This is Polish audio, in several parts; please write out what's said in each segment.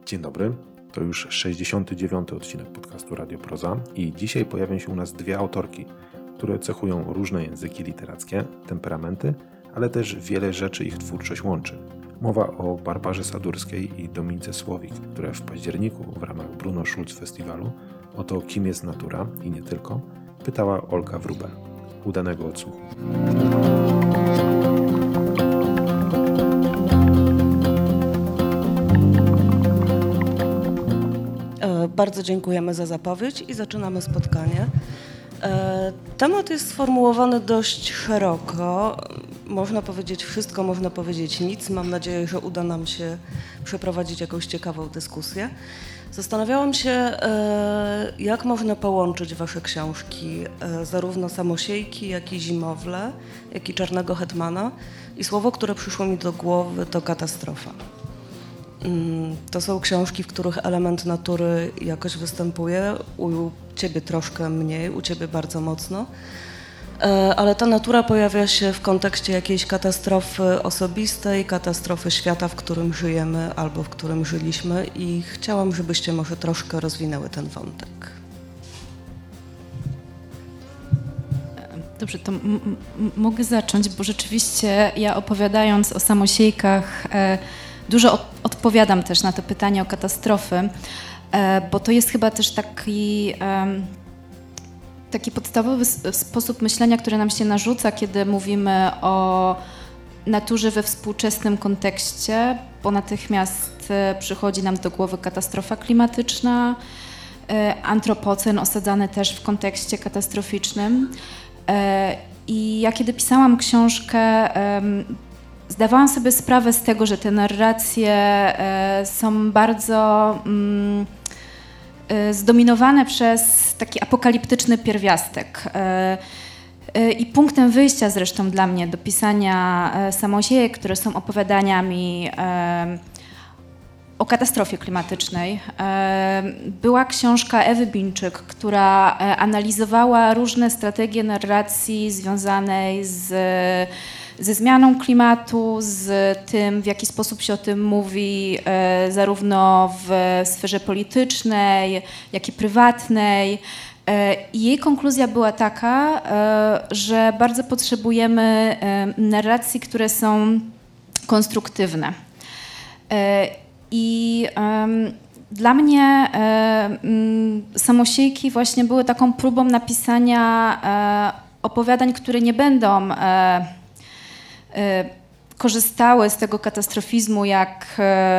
Dzień dobry, to już 69. odcinek podcastu Radio Proza i dzisiaj pojawią się u nas dwie autorki, które cechują różne języki literackie, temperamenty, ale też wiele rzeczy ich twórczość łączy. Mowa o Barbarze Sadurskiej i Dominice Słowik, które w październiku w ramach Bruno Schulz Festiwalu o to, kim jest natura i nie tylko, pytała Olga Wróbel. Udanego odsłuchu. Bardzo dziękujemy za zapowiedź i zaczynamy spotkanie. Temat jest sformułowany dość szeroko. Można powiedzieć wszystko, można powiedzieć nic. Mam nadzieję, że uda nam się przeprowadzić jakąś ciekawą dyskusję. Zastanawiałam się, jak można połączyć wasze książki, zarówno Samosiejki, jak i Zimowle, jak i Czarnego Hetmana. I słowo, które przyszło mi do głowy, to katastrofa. To są książki, w których element natury jakoś występuje, u ciebie troszkę mniej, u ciebie bardzo mocno, ale ta natura pojawia się w kontekście jakiejś katastrofy osobistej, katastrofy świata, w którym żyjemy albo w którym żyliśmy i chciałam, żebyście może troszkę rozwinęły ten wątek. Dobrze, to mogę zacząć, bo rzeczywiście ja opowiadając o Samosiejkach dużo odpowiadam też na to pytanie o katastrofy, bo to jest chyba też taki podstawowy sposób myślenia, który nam się narzuca, kiedy mówimy o naturze we współczesnym kontekście, bo natychmiast przychodzi nam do głowy katastrofa klimatyczna, antropocen osadzany też w kontekście katastroficznym. I ja kiedy pisałam książkę, zdawałam sobie sprawę z tego, że te narracje są bardzo zdominowane przez taki apokaliptyczny pierwiastek. I punktem wyjścia zresztą dla mnie do pisania Samosiejek, które są opowiadaniami o katastrofie klimatycznej, była książka Ewy Bińczyk, która analizowała różne strategie narracji związanej ze zmianą klimatu, z tym, w jaki sposób się o tym mówi zarówno w sferze politycznej, jak i prywatnej. I jej konkluzja była taka, że bardzo potrzebujemy narracji, które są konstruktywne. I dla mnie Samosiejki właśnie były taką próbą napisania opowiadań, które nie będą korzystały z tego katastrofizmu jak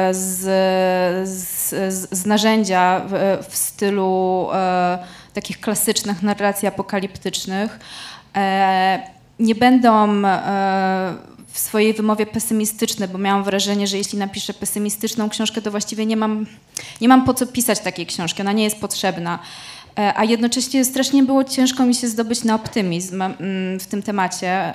z narzędzia w stylu takich klasycznych narracji apokaliptycznych. Nie będą w swojej wymowie pesymistyczne, bo miałam wrażenie, że jeśli napiszę pesymistyczną książkę, to właściwie nie mam po co pisać takiej książki, ona nie jest potrzebna. A jednocześnie strasznie było ciężko mi się zdobyć na optymizm w tym temacie.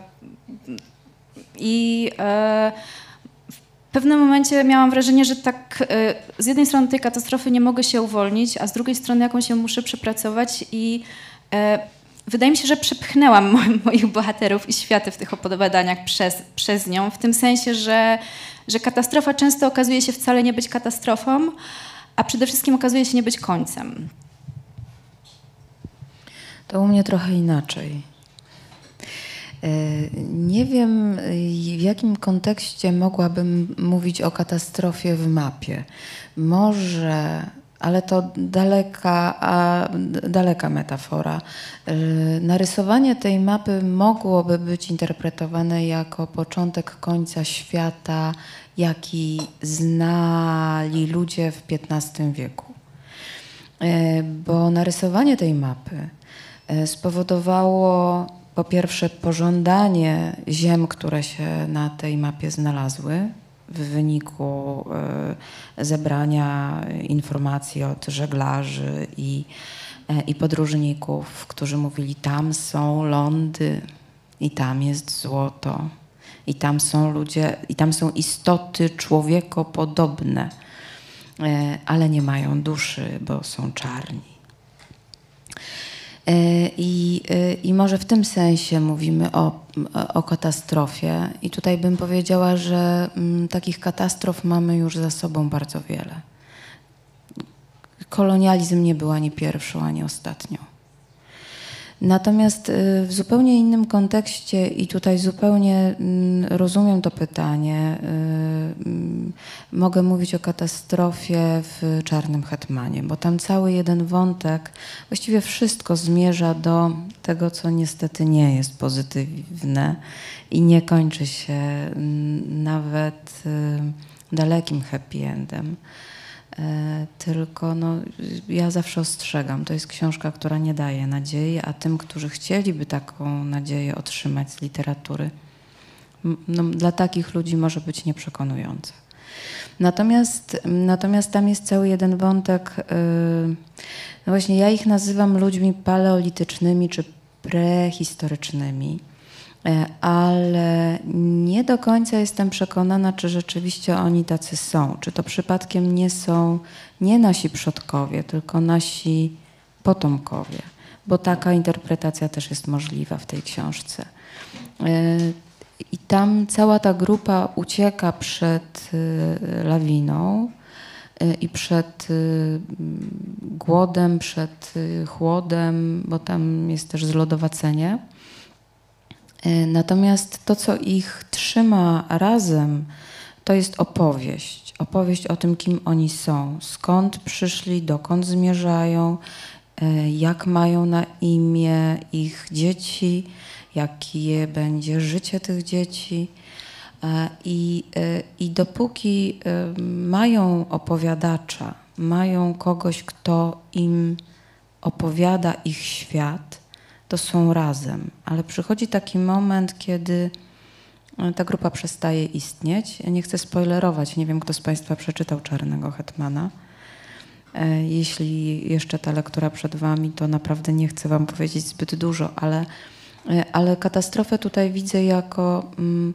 I w pewnym momencie miałam wrażenie, że tak z jednej strony tej katastrofy nie mogę się uwolnić, a z drugiej strony jakąś się muszę przepracować i wydaje mi się, że przepchnęłam moich bohaterów i światy w tych opowiadaniach przez nią, w tym sensie, że katastrofa często okazuje się wcale nie być katastrofą, a przede wszystkim okazuje się nie być końcem. To u mnie trochę inaczej. Nie wiem, w jakim kontekście mogłabym mówić o katastrofie w mapie. Może, ale to daleka metafora. Narysowanie tej mapy mogłoby być interpretowane jako początek końca świata, jaki znali ludzie w XV wieku. Bo narysowanie tej mapy spowodowało po pierwsze pożądanie ziem, które się na tej mapie znalazły w wyniku zebrania informacji od żeglarzy i podróżników, którzy mówili, tam są lądy i tam jest złoto i tam są ludzie, i tam są istoty człowiekopodobne, ale nie mają duszy, bo są czarni. I może w tym sensie mówimy o katastrofie. I tutaj bym powiedziała, że takich katastrof mamy już za sobą bardzo wiele. kolonializm nie był ani pierwszą, ani ostatnią. Natomiast w zupełnie innym kontekście i tutaj zupełnie rozumiem to pytanie, mogę mówić o katastrofie w Czarnym Hetmanie, bo tam cały jeden wątek, właściwie wszystko zmierza do tego, co niestety nie jest pozytywne i nie kończy się nawet dalekim happy endem. Tylko ja zawsze ostrzegam, to jest książka, która nie daje nadziei, a tym, którzy chcieliby taką nadzieję otrzymać z literatury, dla takich ludzi może być nieprzekonująca. Natomiast tam jest cały jeden wątek, właśnie ja ich nazywam ludźmi paleolitycznymi czy prehistorycznymi, ale nie do końca jestem przekonana, czy rzeczywiście oni tacy są. Czy to przypadkiem nie są nie nasi przodkowie, tylko nasi potomkowie, bo taka interpretacja też jest możliwa w tej książce. I tam cała ta grupa ucieka przed lawiną i przed głodem, przed chłodem, bo tam jest też zlodowacenie. Natomiast to, co ich trzyma razem, to jest opowieść. Opowieść o tym, kim oni są, skąd przyszli, dokąd zmierzają, jak mają na imię ich dzieci, jakie będzie życie tych dzieci. I dopóki mają opowiadacza, mają kogoś, kto im opowiada ich świat, to są razem. Ale przychodzi taki moment, kiedy ta grupa przestaje istnieć. Ja nie chcę spoilerować, nie wiem, kto z Państwa przeczytał Czarnego Hetmana. Jeśli jeszcze ta lektura przed Wami, to naprawdę nie chcę Wam powiedzieć zbyt dużo, ale katastrofę tutaj widzę jako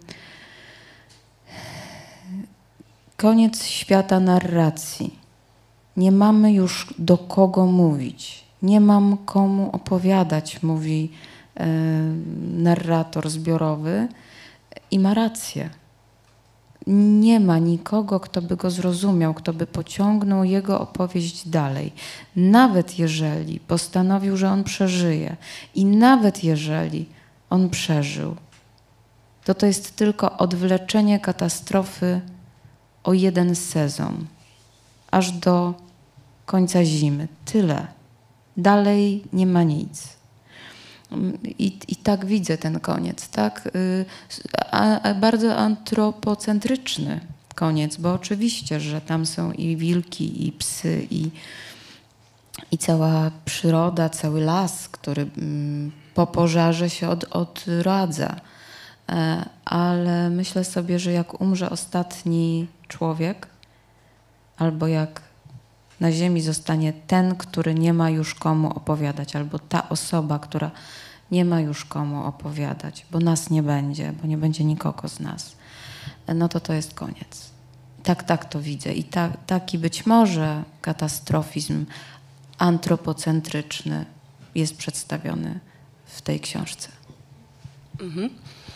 koniec świata narracji. Nie mamy już do kogo mówić. Nie mam komu opowiadać, mówi narrator zbiorowy i ma rację. Nie ma nikogo, kto by go zrozumiał, kto by pociągnął jego opowieść dalej. Nawet jeżeli postanowił, że on przeżyje i nawet jeżeli on przeżył, to jest tylko odwleczenie katastrofy o jeden sezon, aż do końca zimy. Tyle. Dalej nie ma nic. I tak widzę ten koniec, tak? A bardzo antropocentryczny koniec, bo oczywiście, że tam są i wilki, i psy, i cała przyroda, cały las, który po pożarze się odradza. Ale myślę sobie, że jak umrze ostatni człowiek, albo jak na ziemi zostanie ten, który nie ma już komu opowiadać, albo ta osoba, która nie ma już komu opowiadać, bo nas nie będzie, bo nie będzie nikogo z nas, no to jest koniec. Tak to widzę. I taki być może katastrofizm antropocentryczny jest przedstawiony w tej książce. Mhm.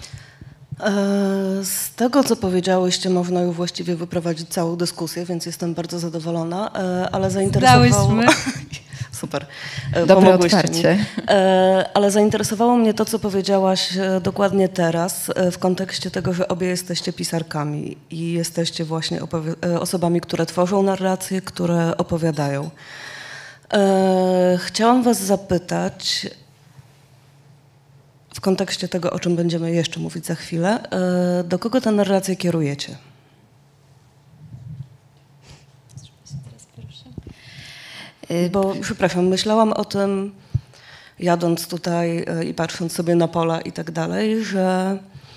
Z tego, co powiedziałyście, można już właściwie wyprowadzić całą dyskusję, więc jestem bardzo zadowolona, ale zainteresowało... Super. Dobre otwarcie. Ale zainteresowało mnie to, co powiedziałaś dokładnie teraz, w kontekście tego, że obie jesteście pisarkami i jesteście właśnie osobami, które tworzą narracje, które opowiadają. Chciałam was zapytać, w kontekście tego, o czym będziemy jeszcze mówić za chwilę, do kogo tę narrację kierujecie? Bo, przepraszam, myślałam o tym, jadąc tutaj i patrząc sobie na pola i tak dalej, że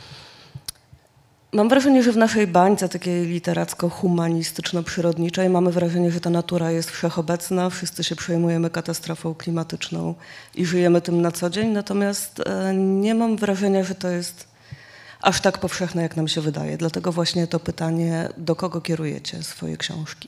mam wrażenie, że w naszej bańce takiej literacko-humanistyczno-przyrodniczej mamy wrażenie, że ta natura jest wszechobecna, wszyscy się przejmujemy katastrofą klimatyczną i żyjemy tym na co dzień, natomiast nie mam wrażenia, że to jest aż tak powszechne, jak nam się wydaje. Dlatego właśnie to pytanie, do kogo kierujecie swoje książki?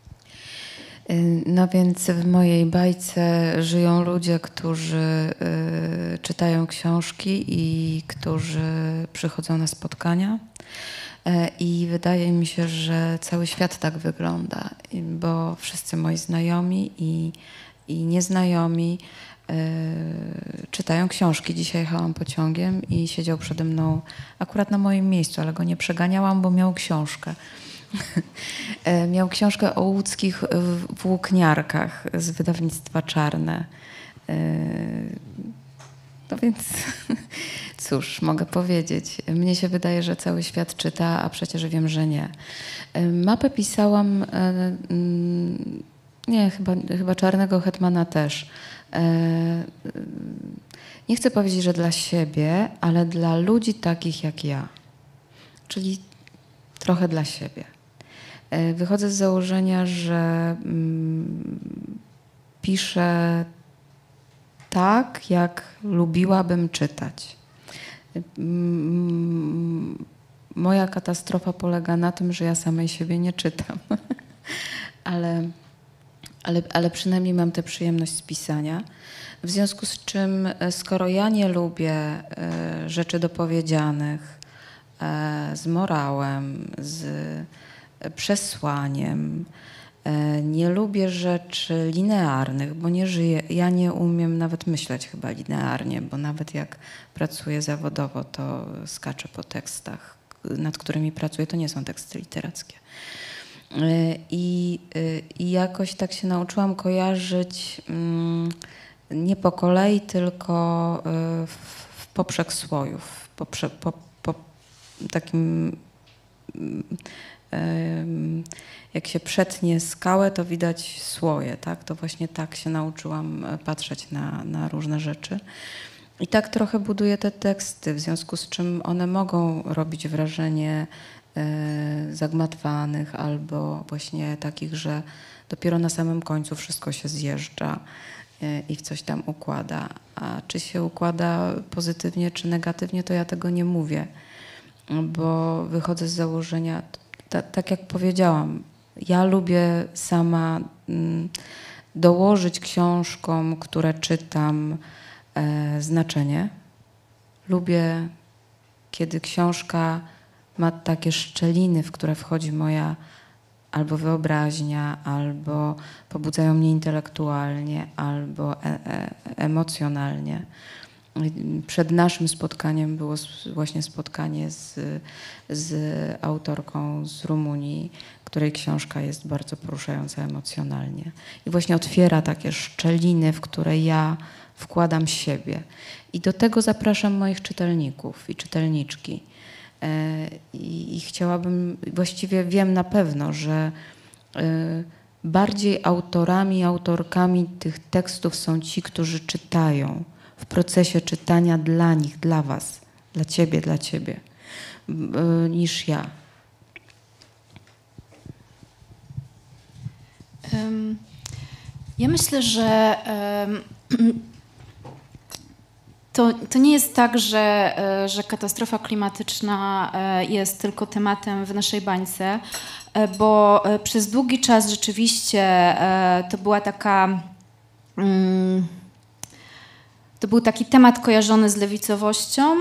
No więc w mojej bajce żyją ludzie, którzy czytają książki i którzy przychodzą na spotkania. I wydaje mi się, że cały świat tak wygląda, bo wszyscy moi znajomi i nieznajomi czytają książki. Dzisiaj jechałam pociągiem i siedział przede mną akurat na moim miejscu, ale go nie przeganiałam, bo miał książkę. Miał książkę o łódzkich włókniarkach z wydawnictwa Czarne. No więc cóż, mogę powiedzieć. Mnie się wydaje, że cały świat czyta, a przecież wiem, że nie. Mapę pisałam, nie, chyba Czarnego Hetmana też. Nie chcę powiedzieć, że dla siebie, ale dla ludzi takich jak ja. Czyli trochę dla siebie. Wychodzę z założenia, że piszę tak, jak lubiłabym czytać. Moja katastrofa polega na tym, że ja samej siebie nie czytam. Ale przynajmniej mam tę przyjemność z pisania. W związku z czym, skoro ja nie lubię rzeczy dopowiedzianych, z morałem, z przesłaniem, nie lubię rzeczy linearnych, bo nie żyję, ja nie umiem nawet myśleć chyba linearnie, bo nawet jak pracuję zawodowo, to skaczę po tekstach, nad którymi pracuję, to nie są teksty literackie. I jakoś tak się nauczyłam kojarzyć nie po kolei, tylko w poprzek słojów, po takim jak się przetnie skałę, to widać słoje, tak? To właśnie tak się nauczyłam patrzeć na różne rzeczy. I tak trochę buduję te teksty, w związku z czym one mogą robić wrażenie zagmatwanych albo właśnie takich, że dopiero na samym końcu wszystko się zjeżdża i w coś tam układa. A czy się układa pozytywnie czy negatywnie, to ja tego nie mówię, bo wychodzę z założenia, tak jak powiedziałam, ja lubię sama dołożyć książkom, które czytam, znaczenie. Lubię, kiedy książka ma takie szczeliny, w które wchodzi moja albo wyobraźnia, albo pobudzają mnie intelektualnie, albo emocjonalnie. Przed naszym spotkaniem było właśnie spotkanie z autorką z Rumunii, której książka jest bardzo poruszająca emocjonalnie. I właśnie otwiera takie szczeliny, w które ja wkładam siebie. I do tego zapraszam moich czytelników i czytelniczki. I chciałabym, właściwie wiem na pewno, że bardziej autorami i autorkami tych tekstów są ci, którzy czytają w procesie czytania dla nich, dla was, dla ciebie, niż ja. Ja myślę, że to nie jest tak, że katastrofa klimatyczna jest tylko tematem w naszej bańce, bo przez długi czas rzeczywiście to była taka... To był taki temat kojarzony z lewicowością.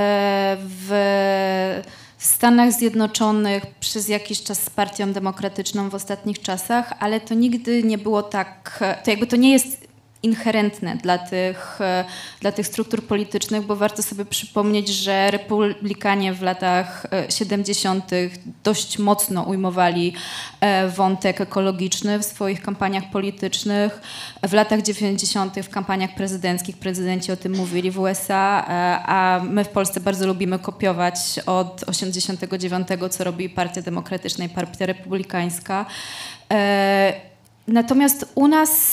W Stanach Zjednoczonych przez jakiś czas z Partią Demokratyczną w ostatnich czasach, ale to nigdy nie było tak, to jakby to nie jest inherentne dla tych struktur politycznych, bo warto sobie przypomnieć, że republikanie w latach 70. dość mocno ujmowali wątek ekologiczny w swoich kampaniach politycznych. W latach 90. w kampaniach prezydenckich prezydenci o tym mówili w USA, a my w Polsce bardzo lubimy kopiować od 89, co robi Partia Demokratyczna i Partia Republikańska. Natomiast u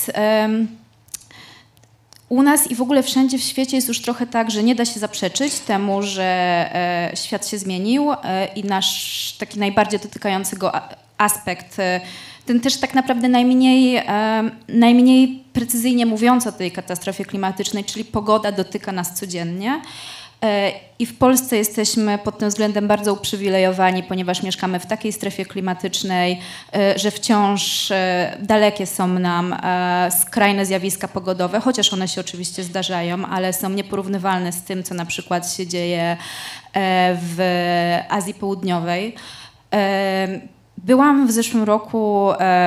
nas i w ogóle wszędzie w świecie jest już trochę tak, że nie da się zaprzeczyć temu, że świat się zmienił i nasz taki najbardziej dotykający go aspekt, ten też tak naprawdę najmniej precyzyjnie mówiąc o tej katastrofie klimatycznej, czyli pogoda dotyka nas codziennie. I w Polsce jesteśmy pod tym względem bardzo uprzywilejowani, ponieważ mieszkamy w takiej strefie klimatycznej, że wciąż dalekie są nam skrajne zjawiska pogodowe, chociaż one się oczywiście zdarzają, ale są nieporównywalne z tym, co na przykład się dzieje w Azji Południowej. Byłam w zeszłym roku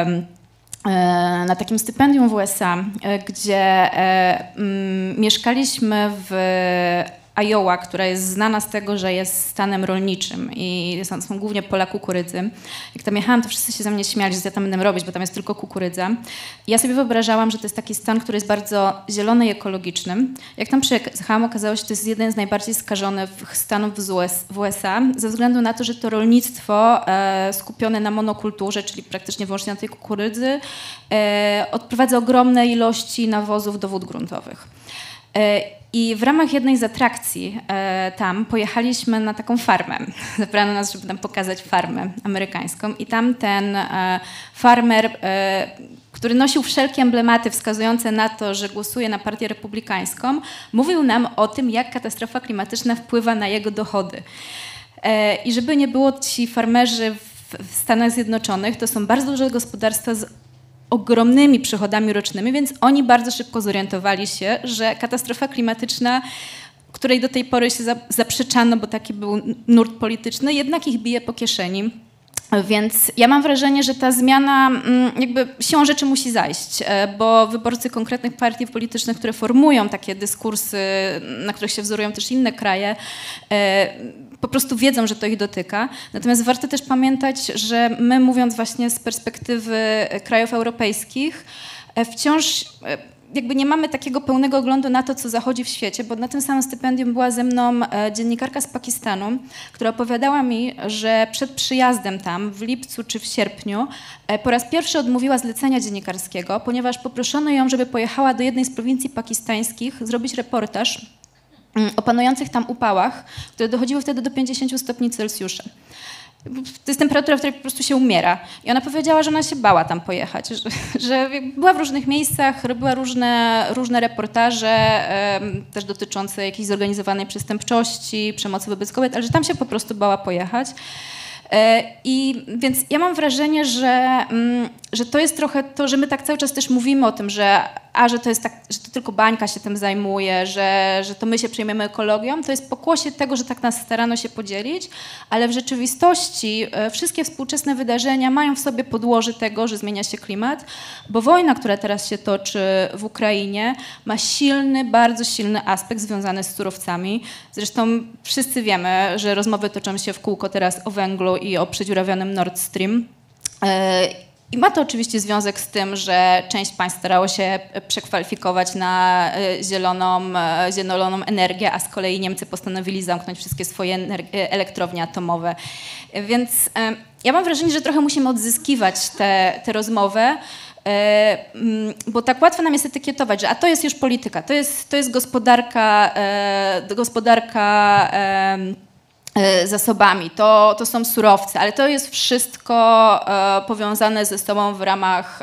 na takim stypendium w USA, gdzie mieszkaliśmy w Iowa, która jest znana z tego, że jest stanem rolniczym i są głównie pola kukurydzy. Jak tam jechałam, to wszyscy się ze mnie śmiali, że ja tam będę robić, bo tam jest tylko kukurydza. I ja sobie wyobrażałam, że to jest taki stan, który jest bardzo zielony i ekologiczny. Jak tam przyjechałam, okazało się, że to jest jeden z najbardziej skażonych stanów w USA, ze względu na to, że to rolnictwo skupione na monokulturze, czyli praktycznie wyłącznie na tej kukurydzy, odprowadza ogromne ilości nawozów do wód gruntowych. I w ramach jednej z atrakcji tam pojechaliśmy na taką farmę. Zabrano nas, żeby tam pokazać farmę amerykańską. I tam ten farmer, który nosił wszelkie emblematy wskazujące na to, że głosuje na partię republikańską, mówił nam o tym, jak katastrofa klimatyczna wpływa na jego dochody. I żeby nie było, ci farmerzy w Stanach Zjednoczonych to są bardzo duże gospodarstwa z ogromnymi przychodami rocznymi, więc oni bardzo szybko zorientowali się, że katastrofa klimatyczna, której do tej pory się zaprzeczano, bo taki był nurt polityczny, jednak ich bije po kieszeni. Więc ja mam wrażenie, że ta zmiana jakby siłą rzeczy musi zajść, bo wyborcy konkretnych partii politycznych, które formują takie dyskursy, na których się wzorują też inne kraje, po prostu wiedzą, że to ich dotyka. Natomiast warto też pamiętać, że my, mówiąc właśnie z perspektywy krajów europejskich, wciąż jakby nie mamy takiego pełnego oglądu na to, co zachodzi w świecie, bo na tym samym stypendium była ze mną dziennikarka z Pakistanu, która opowiadała mi, że przed przyjazdem tam w lipcu czy w sierpniu po raz pierwszy odmówiła zlecenia dziennikarskiego, ponieważ poproszono ją, żeby pojechała do jednej z prowincji pakistańskich zrobić reportaż o panujących tam upałach, które dochodziły wtedy do 50 stopni Celsjusza. To jest temperatura, w której po prostu się umiera. I ona powiedziała, że ona się bała tam pojechać, że była w różnych miejscach, robiła różne reportaże, też dotyczące jakiejś zorganizowanej przestępczości, przemocy wobec kobiet, ale że tam się po prostu bała pojechać. Więc ja mam wrażenie, że to jest trochę to, że my tak cały czas też mówimy o tym, że to jest tak, że to tylko bańka się tym zajmuje, że to my się przejmiemy ekologią. To jest pokłosie tego, że tak nas starano się podzielić, ale w rzeczywistości wszystkie współczesne wydarzenia mają w sobie podłoże tego, że zmienia się klimat, bo wojna, która teraz się toczy w Ukrainie, ma silny, bardzo silny aspekt związany z surowcami. Zresztą wszyscy wiemy, że rozmowy toczą się w kółko teraz o węglu i o przedziurawionym Nord Stream. I ma to oczywiście związek z tym, że część państw starało się przekwalifikować na zieloną energię, a z kolei Niemcy postanowili zamknąć wszystkie swoje elektrownie atomowe. Więc ja mam wrażenie, że trochę musimy odzyskiwać tę rozmowę, bo tak łatwo nam jest etykietować, że to jest już polityka, to jest gospodarka zasobami, to są surowce, ale to jest wszystko powiązane ze sobą w ramach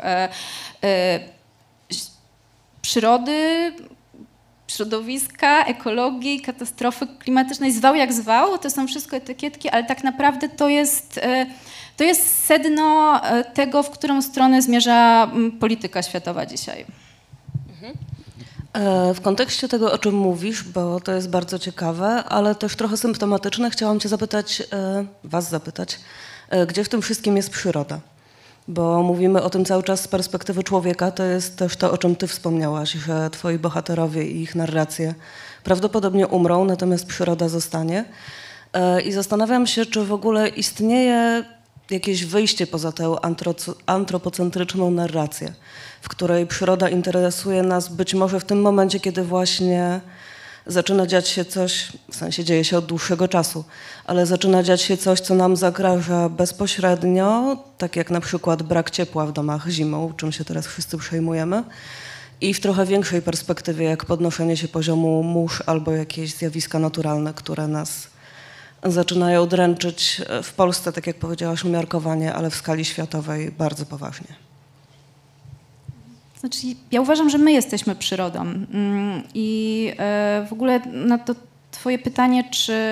przyrody, środowiska, ekologii, katastrofy klimatycznej, zwał jak zwał, to są wszystko etykietki, ale tak naprawdę to jest sedno tego, w którą stronę zmierza polityka światowa dzisiaj. W kontekście tego, o czym mówisz, bo to jest bardzo ciekawe, ale też trochę symptomatyczne, chciałam cię was zapytać, gdzie w tym wszystkim jest przyroda? Bo mówimy o tym cały czas z perspektywy człowieka, to jest też to, o czym ty wspomniałaś, że twoi bohaterowie i ich narracje prawdopodobnie umrą, natomiast przyroda zostanie. I zastanawiam się, czy w ogóle istnieje jakieś wyjście poza tę antropocentryczną narrację, w której przyroda interesuje nas być może w tym momencie, kiedy właśnie zaczyna dziać się coś, w sensie dzieje się od dłuższego czasu, ale zaczyna dziać się coś, co nam zagraża bezpośrednio, tak jak na przykład brak ciepła w domach zimą, czym się teraz wszyscy przejmujemy, i w trochę większej perspektywie, jak podnoszenie się poziomu mórz albo jakieś zjawiska naturalne, które nas zaczynają dręczyć w Polsce, tak jak powiedziałaś, umiarkowanie, ale w skali światowej bardzo poważnie. Znaczy, ja uważam, że my jesteśmy przyrodą i w ogóle twoje pytanie,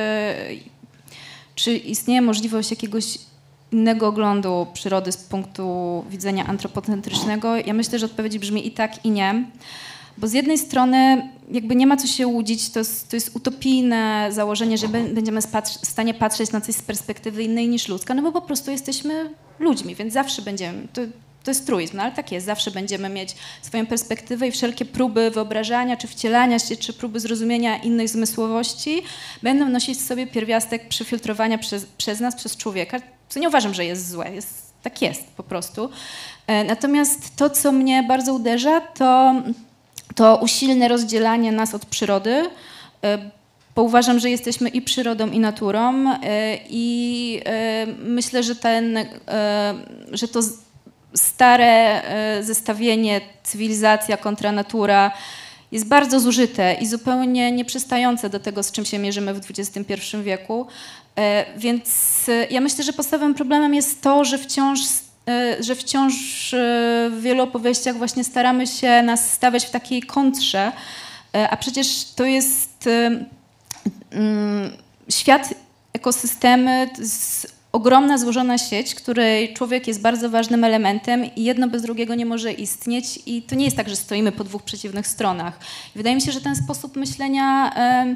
czy istnieje możliwość jakiegoś innego oglądu przyrody z punktu widzenia antropocentrycznego, ja myślę, że odpowiedź brzmi i tak, i nie. Bo z jednej strony jakby nie ma co się łudzić, to jest utopijne założenie, że będziemy w stanie patrzeć na coś z perspektywy innej niż ludzka, no bo po prostu jesteśmy ludźmi, więc zawsze będziemy, to jest truizm, no ale tak jest, zawsze będziemy mieć swoją perspektywę i wszelkie próby wyobrażania, czy wcielania się, czy próby zrozumienia innych zmysłowości będą nosić w sobie pierwiastek przefiltrowania przez nas, przez człowieka, co nie uważam, że jest złe, tak jest po prostu. Natomiast to, co mnie bardzo uderza, to usilne rozdzielanie nas od przyrody, bo uważam, że jesteśmy i przyrodą, i naturą i myślę, że to stare zestawienie cywilizacja kontra natura jest bardzo zużyte i zupełnie nieprzystające do tego, z czym się mierzymy w XXI wieku. Więc ja myślę, że podstawowym problemem jest to, że wciąż w wielu opowieściach właśnie staramy się nas stawiać w takiej kontrze, a przecież to jest świat, ekosystemy, ogromna, złożona sieć, której człowiek jest bardzo ważnym elementem i jedno bez drugiego nie może istnieć i to nie jest tak, że stoimy po dwóch przeciwnych stronach. Wydaje mi się, że ten sposób myślenia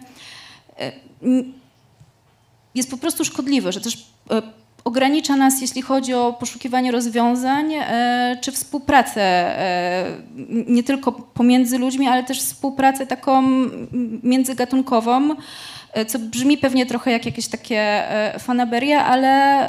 jest po prostu szkodliwy, że też ogranicza nas, jeśli chodzi o poszukiwanie rozwiązań czy współpracę nie tylko pomiędzy ludźmi, ale też współpracę taką międzygatunkową, co brzmi pewnie trochę jak jakieś takie fanaberie, ale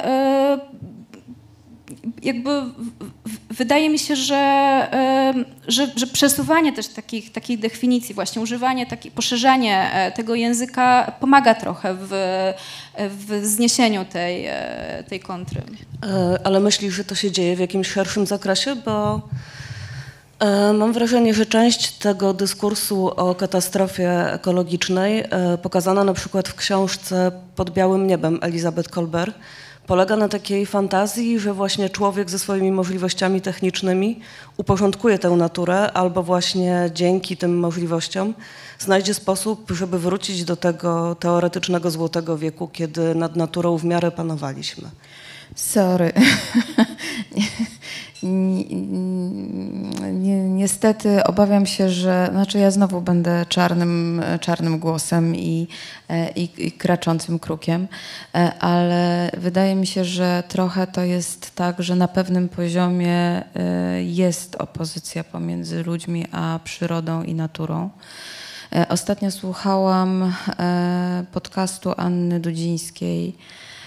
jakby wydaje mi się, że przesuwanie też takich definicji, właśnie używanie, poszerzanie tego języka pomaga trochę w zniesieniu tej kontry. Ale myślisz, że to się dzieje w jakimś szerszym zakresie? Bo mam wrażenie, że część tego dyskursu o katastrofie ekologicznej, pokazana na przykład w książce Pod białym niebem Elizabeth Kolbert, polega na takiej fantazji, że właśnie człowiek ze swoimi możliwościami technicznymi uporządkuje tę naturę albo właśnie dzięki tym możliwościom znajdzie sposób, żeby wrócić do tego teoretycznego złotego wieku, kiedy nad naturą w miarę panowaliśmy. Sorry. Niestety obawiam się, że... Znaczy ja znowu będę czarnym głosem i kraczącym krukiem, ale wydaje mi się, że trochę to jest tak, że na pewnym poziomie jest opozycja pomiędzy ludźmi a przyrodą i naturą. Ostatnio słuchałam podcastu Anny Dudzińskiej,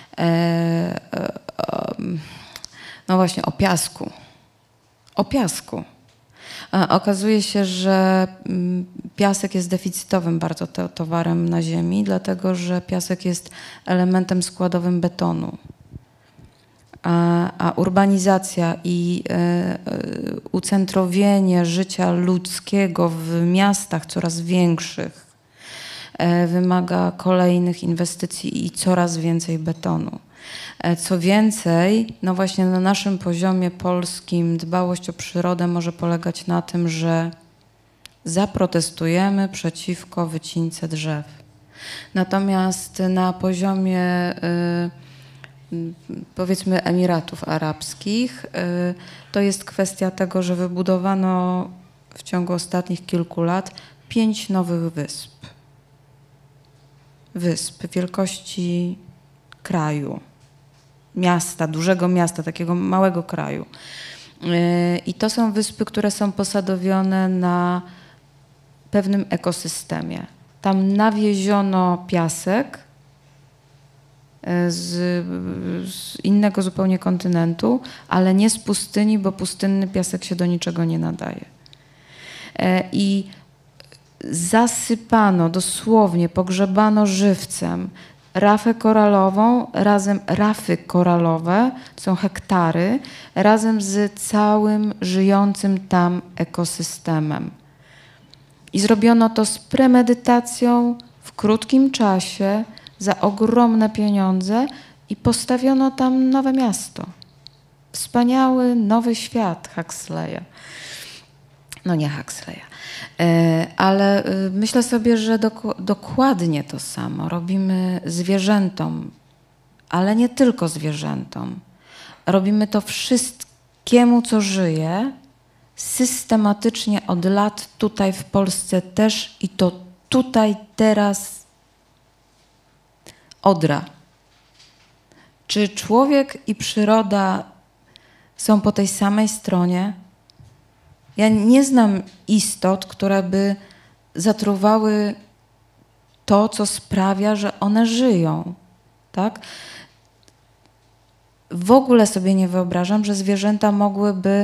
no właśnie o piasku. O piasku. Okazuje się, że piasek jest deficytowym bardzo towarem na Ziemi, dlatego że piasek jest elementem składowym betonu. A urbanizacja i ucentrowienie życia ludzkiego w miastach coraz większych wymaga kolejnych inwestycji i coraz więcej betonu. Co więcej, no właśnie na naszym poziomie polskim dbałość o przyrodę może polegać na tym, że zaprotestujemy przeciwko wycince drzew. Natomiast na poziomie powiedzmy Emiratów Arabskich to jest kwestia tego, że wybudowano w ciągu ostatnich kilku lat 5 nowych wysp. Wysp wielkości kraju. Miasta, dużego miasta, takiego małego kraju. I to są wyspy, które są posadowione na pewnym ekosystemie. Tam nawieziono piasek z innego zupełnie kontynentu, ale nie z pustyni, bo pustynny piasek się do niczego nie nadaje. I zasypano, dosłownie pogrzebano żywcem rafę koralową, rafy koralowe, to są hektary, razem z całym żyjącym tam ekosystemem. I zrobiono to z premedytacją w krótkim czasie, za ogromne pieniądze i postawiono tam nowe miasto. Wspaniały, nowy świat Huxleya. No nie Huxleya. Ale myślę sobie, że dokładnie to samo robimy zwierzętom, ale nie tylko zwierzętom. Robimy to wszystkiemu, co żyje, systematycznie od lat tutaj w Polsce też i to tutaj, teraz. Odra. Czy człowiek i przyroda są po tej samej stronie? Ja nie znam istot, które by zatruwały to, co sprawia, że one żyją. Tak? W ogóle sobie nie wyobrażam, że zwierzęta mogłyby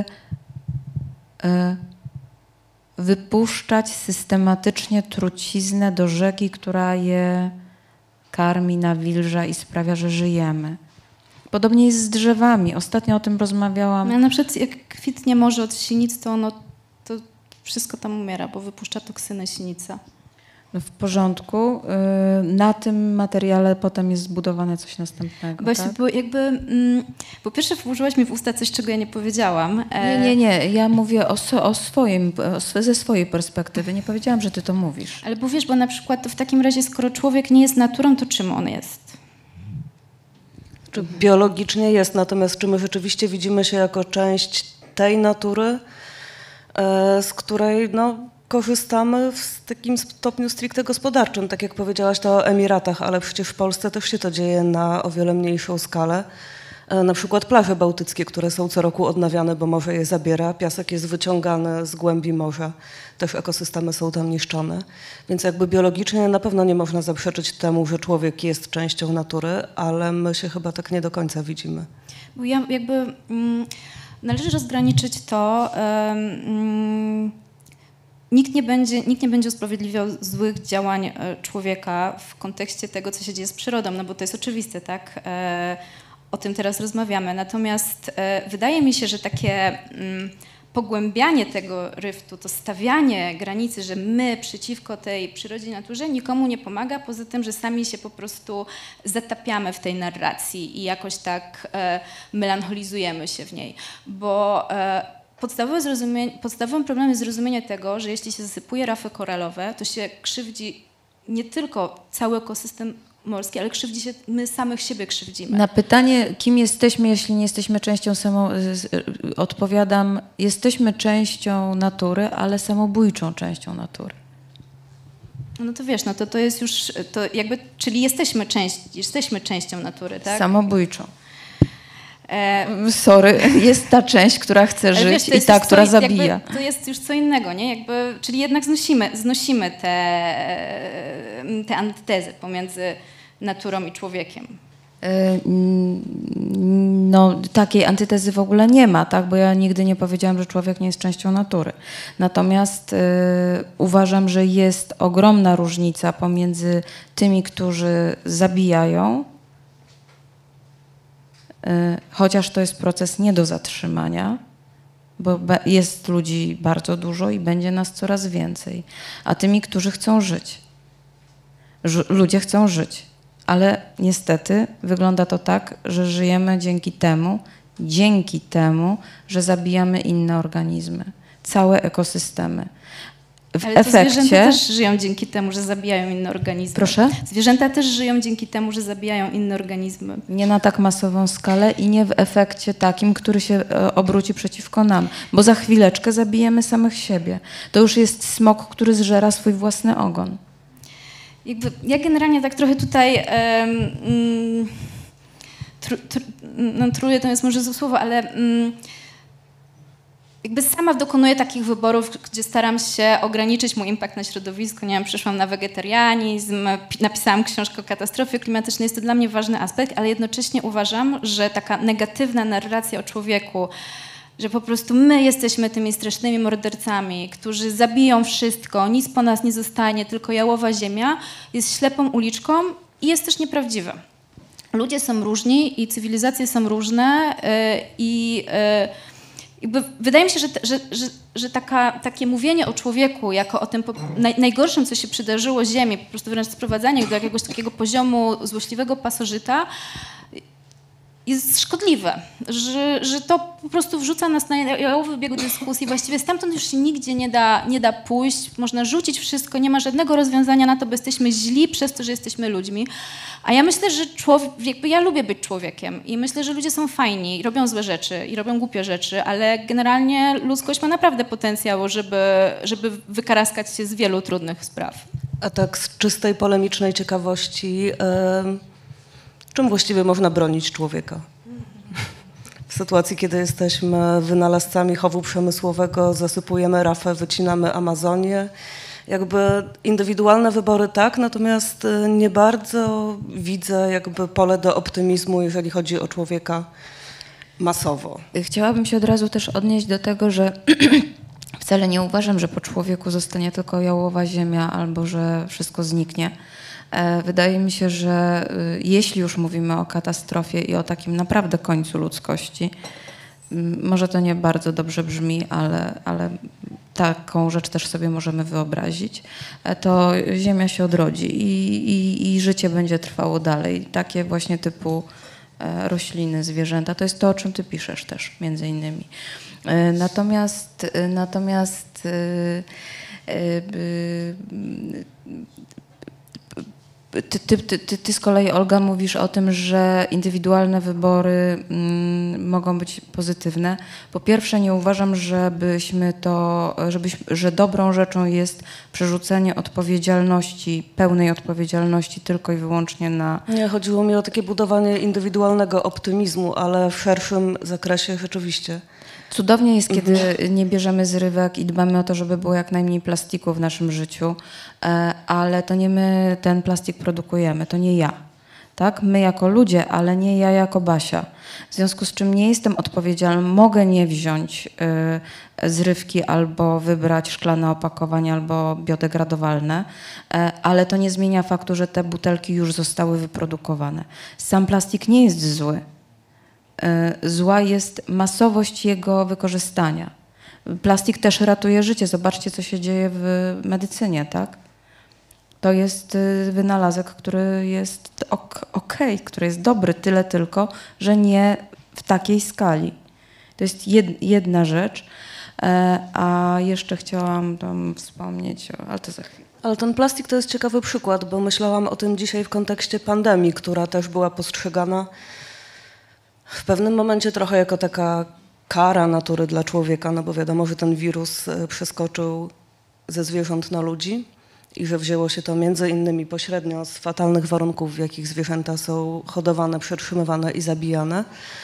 wypuszczać systematycznie truciznę do rzeki, która je karmi, nawilża i sprawia, że żyjemy. Podobnie jest z drzewami. Ostatnio o tym rozmawiałam. No, na przykład jak kwitnie morze od sinic, to wszystko tam umiera, bo wypuszcza toksynę sinica. No w porządku. Na tym materiale potem jest zbudowane coś następnego. Właśnie, tak? bo po pierwsze włożyłaś mi w usta coś, czego ja nie powiedziałam. Nie. Ja mówię ze swojej perspektywy. Nie powiedziałam, że ty to mówisz. Ale bo wiesz, bo na przykład to w takim razie, skoro człowiek nie jest naturą, to czym on jest? Czy biologicznie jest, natomiast czy my rzeczywiście widzimy się jako część tej natury, z której korzystamy w takim stopniu stricte gospodarczym. Tak jak powiedziałaś to o Emiratach, ale przecież w Polsce też się to dzieje na o wiele mniejszą skalę. Na przykład plaże bałtyckie, które są co roku odnawiane, bo morze je zabiera, piasek jest wyciągany z głębi morza, też ekosystemy są tam niszczone. Więc jakby biologicznie na pewno nie można zaprzeczyć temu, że człowiek jest częścią natury, ale my się chyba tak nie do końca widzimy. Bo ja jakby należy rozgraniczyć to. Nikt nie będzie usprawiedliwiał złych działań człowieka w kontekście tego, co się dzieje z przyrodą, no bo to jest oczywiste, tak? O tym teraz rozmawiamy. Natomiast wydaje mi się, że takie pogłębianie tego ryftu, to stawianie granicy, że my przeciwko tej przyrodzie i naturze nikomu nie pomaga, poza tym, że sami się po prostu zatapiamy w tej narracji i jakoś tak melancholizujemy się w niej. Bo podstawowym problemem jest zrozumienie tego, że jeśli się zasypuje rafy koralowe, to się krzywdzi nie tylko cały ekosystem morski, ale krzywdzi się, my samych siebie krzywdzimy. Na pytanie, kim jesteśmy, jeśli nie jesteśmy częścią odpowiadam, jesteśmy częścią natury, ale samobójczą częścią natury. No to wiesz, to jest już, to jakby, czyli jesteśmy częścią natury, tak? Samobójczą. Sorry, jest ta część, która chce żyć, wiesz, i ta, która zabija. To jest już co innego, nie? Czyli jednak znosimy te antytezy pomiędzy naturą i człowiekiem. No, takiej antytezy w ogóle nie ma, tak? Bo ja nigdy nie powiedziałam, że człowiek nie jest częścią natury. Natomiast uważam, że jest ogromna różnica pomiędzy tymi, którzy zabijają, chociaż to jest proces nie do zatrzymania, bo jest ludzi bardzo dużo i będzie nas coraz więcej, a tymi, którzy chcą żyć. Ludzie chcą żyć, ale niestety wygląda to tak, że żyjemy dzięki temu, że zabijamy inne organizmy, całe ekosystemy. Ale to zwierzęta też żyją dzięki temu, że zabijają inne organizmy. Proszę? Zwierzęta też żyją dzięki temu, że zabijają inne organizmy. Nie na tak masową skalę i nie w efekcie takim, który się obróci przeciwko nam, bo za chwileczkę zabijemy samych siebie. To już jest smok, który zżera swój własny ogon. Ja generalnie tak trochę tutaj truję, to jest może złe słowo, ale jakby sama dokonuję takich wyborów, gdzie staram się ograniczyć mój impact na środowisko. Nie wiem, przeszłam na wegetarianizm, napisałam książkę o katastrofie klimatycznej. Jest to dla mnie ważny aspekt, ale jednocześnie uważam, że taka negatywna narracja o człowieku, że po prostu my jesteśmy tymi strasznymi mordercami, którzy zabiją wszystko, nic po nas nie zostanie, tylko jałowa ziemia, jest ślepą uliczką i jest też nieprawdziwe. Ludzie są różni i cywilizacje są różne jakby wydaje mi się, że takie mówienie o człowieku jako o tym najgorszym, co się przydarzyło Ziemi, po prostu wręcz sprowadzanie do jakiegoś takiego poziomu złośliwego pasożyta, jest szkodliwe, że to po prostu wrzuca nas na jałowy bieg dyskusji. Właściwie stamtąd już się nigdzie nie da pójść. Można rzucić wszystko, nie ma żadnego rozwiązania na to, bo jesteśmy źli przez to, że jesteśmy ludźmi. A ja myślę, że ja lubię być człowiekiem i myślę, że ludzie są fajni i robią złe rzeczy i robią głupie rzeczy, ale generalnie ludzkość ma naprawdę potencjał, żeby wykaraskać się z wielu trudnych spraw. A tak z czystej polemicznej ciekawości, czym właściwie można bronić człowieka? W sytuacji, kiedy jesteśmy wynalazcami chowu przemysłowego, zasypujemy rafę, wycinamy Amazonię. Jakby indywidualne wybory tak, natomiast nie bardzo widzę jakby pole do optymizmu, jeżeli chodzi o człowieka masowo. Chciałabym się od razu też odnieść do tego, że wcale nie uważam, że po człowieku zostanie tylko jałowa ziemia albo że wszystko zniknie. Wydaje mi się, że jeśli już mówimy o katastrofie i o takim naprawdę końcu ludzkości, może to nie bardzo dobrze brzmi, ale taką rzecz też sobie możemy wyobrazić, to Ziemia się odrodzi i życie będzie trwało dalej. Takie właśnie typu rośliny, zwierzęta, to jest to, o czym ty piszesz też, między innymi. Natomiast Ty z kolei, Olga, mówisz o tym, że indywidualne wybory mogą być pozytywne. Po pierwsze, nie uważam, że dobrą rzeczą jest przerzucenie odpowiedzialności, pełnej odpowiedzialności tylko i wyłącznie na... Nie, chodziło mi o takie budowanie indywidualnego optymizmu, ale w szerszym zakresie rzeczywiście. Cudownie jest, kiedy nie bierzemy zrywek i dbamy o to, żeby było jak najmniej plastiku w naszym życiu, ale to nie my ten plastik produkujemy, to nie ja. Tak? My jako ludzie, ale nie ja jako Basia. W związku z czym nie jestem odpowiedzialna, mogę nie wziąć zrywki albo wybrać szklane opakowania albo biodegradowalne, ale to nie zmienia faktu, że te butelki już zostały wyprodukowane. Sam plastik nie jest zły. Zła jest masowość jego wykorzystania. Plastik też ratuje życie. Zobaczcie, co się dzieje w medycynie, tak? To jest wynalazek, który jest okej, który jest dobry, tyle tylko, że nie w takiej skali. To jest jedna rzecz. A jeszcze chciałam tam wspomnieć, ale to za chwilę. Ale ten plastik to jest ciekawy przykład, bo myślałam o tym dzisiaj w kontekście pandemii, która też była postrzegana w pewnym momencie trochę jako taka kara natury dla człowieka, no bo wiadomo, że ten wirus przeskoczył ze zwierząt na ludzi i że wzięło się to między innymi pośrednio z fatalnych warunków, w jakich zwierzęta są hodowane, przetrzymywane i zabijane.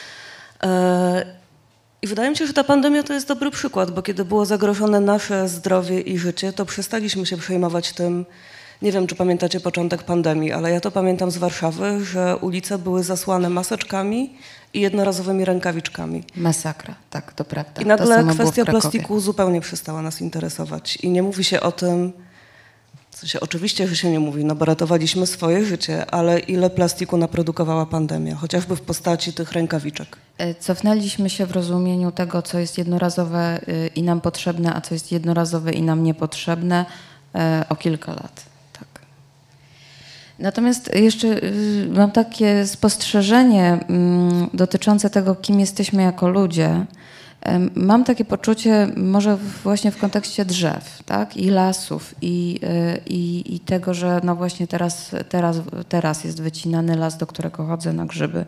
I wydaje mi się, że ta pandemia to jest dobry przykład, bo kiedy było zagrożone nasze zdrowie i życie, to przestaliśmy się przejmować tym. Nie wiem, czy pamiętacie początek pandemii, ale ja to pamiętam z Warszawy, że ulice były zasłane maseczkami i jednorazowymi rękawiczkami. Masakra, tak, to prawda. I nagle kwestia plastiku zupełnie przestała nas interesować. I nie mówi się o tym, w sensie oczywiście, że się nie mówi, no bo ratowaliśmy swoje życie, ale ile plastiku naprodukowała pandemia, chociażby w postaci tych rękawiczek. Cofnęliśmy się w rozumieniu tego, co jest jednorazowe i nam potrzebne, a co jest jednorazowe i nam niepotrzebne o kilka lat. Natomiast jeszcze mam takie spostrzeżenie dotyczące tego, kim jesteśmy jako ludzie. Mam takie poczucie, może właśnie w kontekście drzew, tak? I lasów i tego, że no właśnie teraz jest wycinany las, do którego chodzę na grzyby.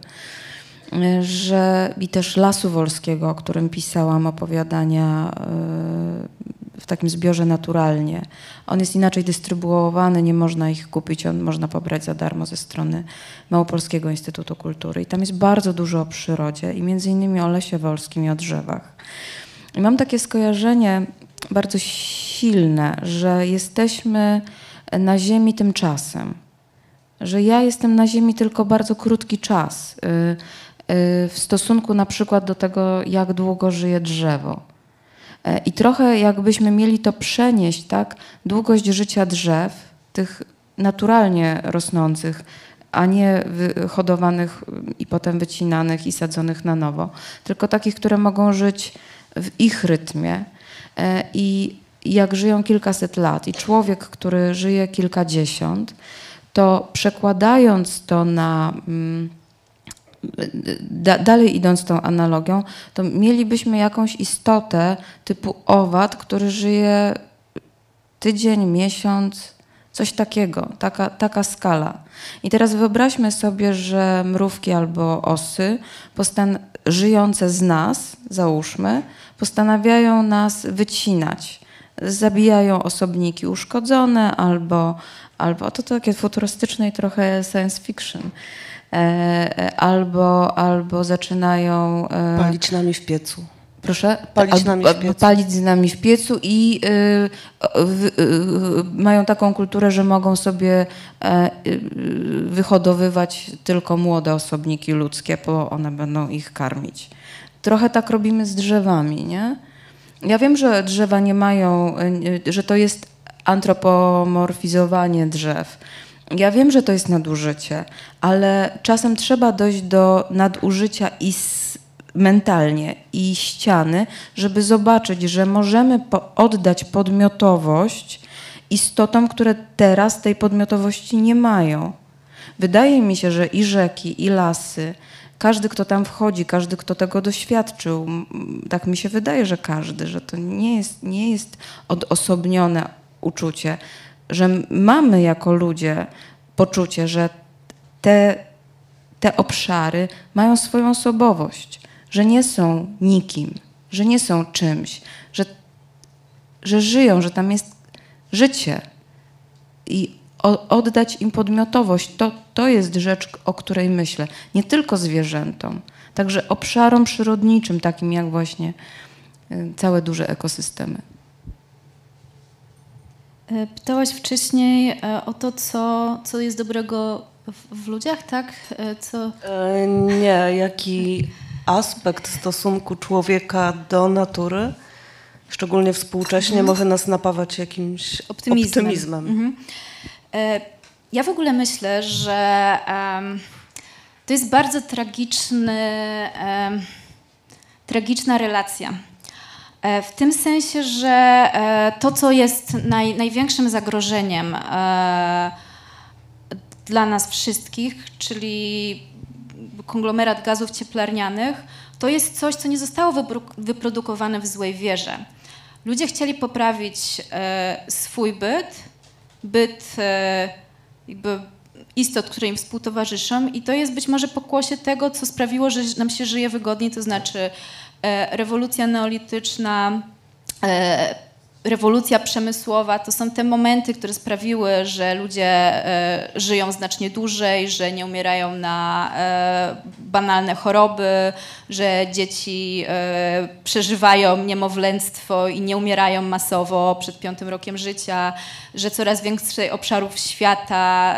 I też Lasu Wolskiego, o którym pisałam opowiadania w takim zbiorze Naturalnie. On jest inaczej dystrybuowany, nie można ich kupić, można pobrać za darmo ze strony Małopolskiego Instytutu Kultury. I tam jest bardzo dużo o przyrodzie i między innymi o Lesie Wolskim i o drzewach. I mam takie skojarzenie bardzo silne, że jesteśmy na Ziemi tymczasem. Że ja jestem na Ziemi tylko bardzo krótki czas w stosunku na przykład do tego, jak długo żyje drzewo. I trochę jakbyśmy mieli to przenieść, tak, długość życia drzew, tych naturalnie rosnących, a nie hodowanych i potem wycinanych i sadzonych na nowo, tylko takich, które mogą żyć w ich rytmie i jak żyją kilkaset lat. I człowiek, który żyje kilkadziesiąt, to przekładając to na dalej idąc tą analogią, to mielibyśmy jakąś istotę typu owad, który żyje tydzień, miesiąc, coś takiego, taka skala. I teraz wyobraźmy sobie, że mrówki albo osy żyjące z nas, załóżmy, postanawiają nas wycinać. Zabijają osobniki uszkodzone albo to takie futurystyczne i trochę science fiction. Albo zaczynają... Palić nami w piecu. Proszę? Palić nami w piecu. Palić z nami w piecu i mają taką kulturę, że mogą sobie wyhodowywać tylko młode osobniki ludzkie, bo one będą ich karmić. Trochę tak robimy z drzewami, nie? Ja wiem, że drzewa nie mają, że to jest antropomorfizowanie drzew. Ja wiem, że to jest nadużycie, ale czasem trzeba dojść do nadużycia mentalnie i ściany, żeby zobaczyć, że możemy oddać podmiotowość istotom, które teraz tej podmiotowości nie mają. Wydaje mi się, że i rzeki, i lasy, każdy, kto tam wchodzi, każdy, kto tego doświadczył, tak mi się wydaje, że każdy, że to nie jest odosobnione uczucie, że mamy jako ludzie poczucie, że te obszary mają swoją osobowość, że nie są nikim, że nie są czymś, że żyją, że tam jest życie i oddać im podmiotowość. To jest rzecz, o której myślę. Nie tylko zwierzętom, także obszarom przyrodniczym, takim jak właśnie całe duże ekosystemy. Pytałaś wcześniej o to, co jest dobrego w ludziach, tak? Nie, jaki aspekt stosunku człowieka do natury, szczególnie współcześnie, może nas napawać jakimś optymizmem. Mhm. Ja w ogóle myślę, że to jest bardzo tragiczna relacja. W tym sensie, że to, co jest największym zagrożeniem dla nas wszystkich, czyli konglomerat gazów cieplarnianych, to jest coś, co nie zostało wyprodukowane w złej wierze. Ludzie chcieli poprawić swój byt jakby istot, które im współtowarzyszą, i to jest być może pokłosie tego, co sprawiło, że nam się żyje wygodniej, to znaczy rewolucja neolityczna, rewolucja przemysłowa, to są te momenty, które sprawiły, że ludzie żyją znacznie dłużej, że nie umierają na banalne choroby, że dzieci przeżywają niemowlęctwo i nie umierają masowo przed 5. rokiem życia, że coraz więcej obszarów świata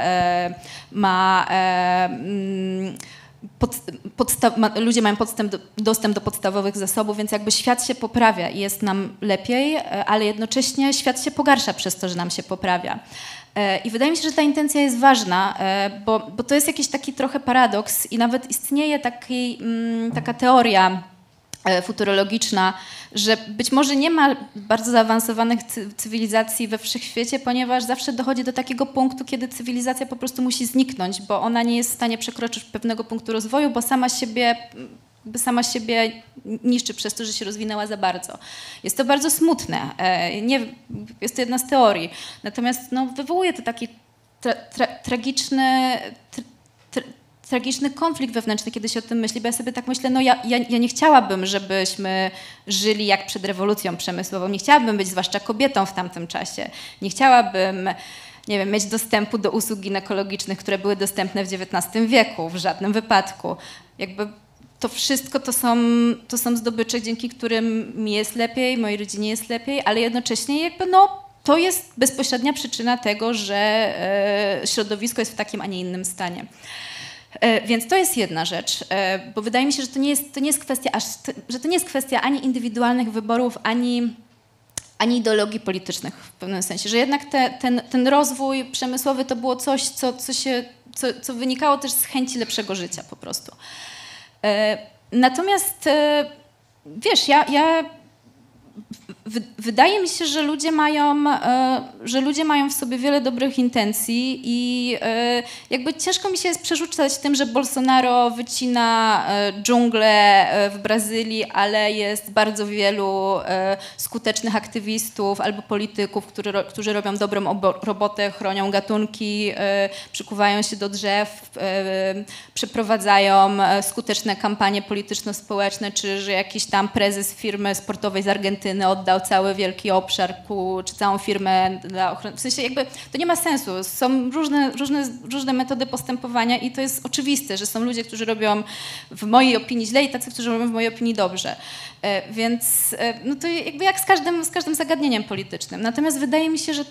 ludzie mają dostęp do podstawowych zasobów, więc jakby świat się poprawia i jest nam lepiej, ale jednocześnie świat się pogarsza przez to, że nam się poprawia. I wydaje mi się, że ta intencja jest ważna, bo to jest jakiś taki trochę paradoks i nawet istnieje taka teoria futurologiczna, że być może nie ma bardzo zaawansowanych cywilizacji we wszechświecie, ponieważ zawsze dochodzi do takiego punktu, kiedy cywilizacja po prostu musi zniknąć, bo ona nie jest w stanie przekroczyć pewnego punktu rozwoju, bo sama siebie niszczy przez to, że się rozwinęła za bardzo. Jest to bardzo smutne. Jest to jedna z teorii. Natomiast wywołuje to taki tragiczny konflikt wewnętrzny, kiedy się o tym myśli, bo ja sobie tak myślę, ja nie chciałabym, żebyśmy żyli jak przed rewolucją przemysłową, nie chciałabym być zwłaszcza kobietą w tamtym czasie, nie chciałabym, nie wiem, mieć dostępu do usług ginekologicznych, które były dostępne w XIX wieku, w żadnym wypadku. Jakby to wszystko to są zdobycze, dzięki którym mi jest lepiej, mojej rodzinie jest lepiej, ale jednocześnie jakby to jest bezpośrednia przyczyna tego, że środowisko jest w takim, a nie innym stanie. Więc to jest jedna rzecz, bo wydaje mi się, że to nie jest kwestia ani indywidualnych wyborów, ani ideologii politycznych w pewnym sensie, że jednak ten rozwój przemysłowy to było coś, co wynikało też z chęci lepszego życia po prostu. Natomiast wiesz, ja wydaje mi się, że ludzie mają w sobie wiele dobrych intencji i jakby ciężko mi się jest przerzucać tym, że Bolsonaro wycina dżunglę w Brazylii, ale jest bardzo wielu skutecznych aktywistów albo polityków, którzy robią dobrą robotę, chronią gatunki, przykuwają się do drzew, przeprowadzają skuteczne kampanie polityczno-społeczne, czy że jakiś tam prezes firmy sportowej z Argentyny oddał cały wielki obszar czy całą firmę dla ochrony. W sensie jakby to nie ma sensu. Są różne metody postępowania i to jest oczywiste, że są ludzie, którzy robią w mojej opinii źle i tacy, którzy robią w mojej opinii dobrze. Więc no to jakby jak z każdym zagadnieniem politycznym. Natomiast wydaje mi się, że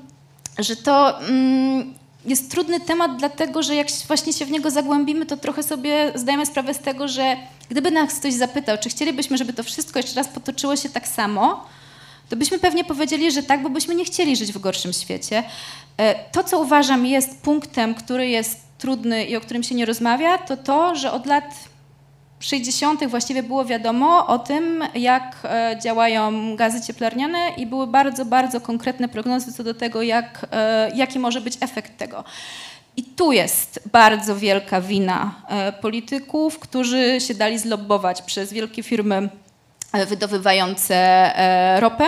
to jest trudny temat, dlatego że jak właśnie się w niego zagłębimy, to trochę sobie zdajemy sprawę z tego, że gdyby nas ktoś zapytał, czy chcielibyśmy, żeby to wszystko jeszcze raz potoczyło się tak samo, to byśmy pewnie powiedzieli, że tak, bo byśmy nie chcieli żyć w gorszym świecie. To, co uważam jest punktem, który jest trudny i o którym się nie rozmawia, to, że od lat 60. właściwie było wiadomo o tym, jak działają gazy cieplarniane i były bardzo, bardzo konkretne prognozy co do tego, jaki może być efekt tego. I tu jest bardzo wielka wina polityków, którzy się dali zlobbować przez wielkie firmy wydobywające ropę,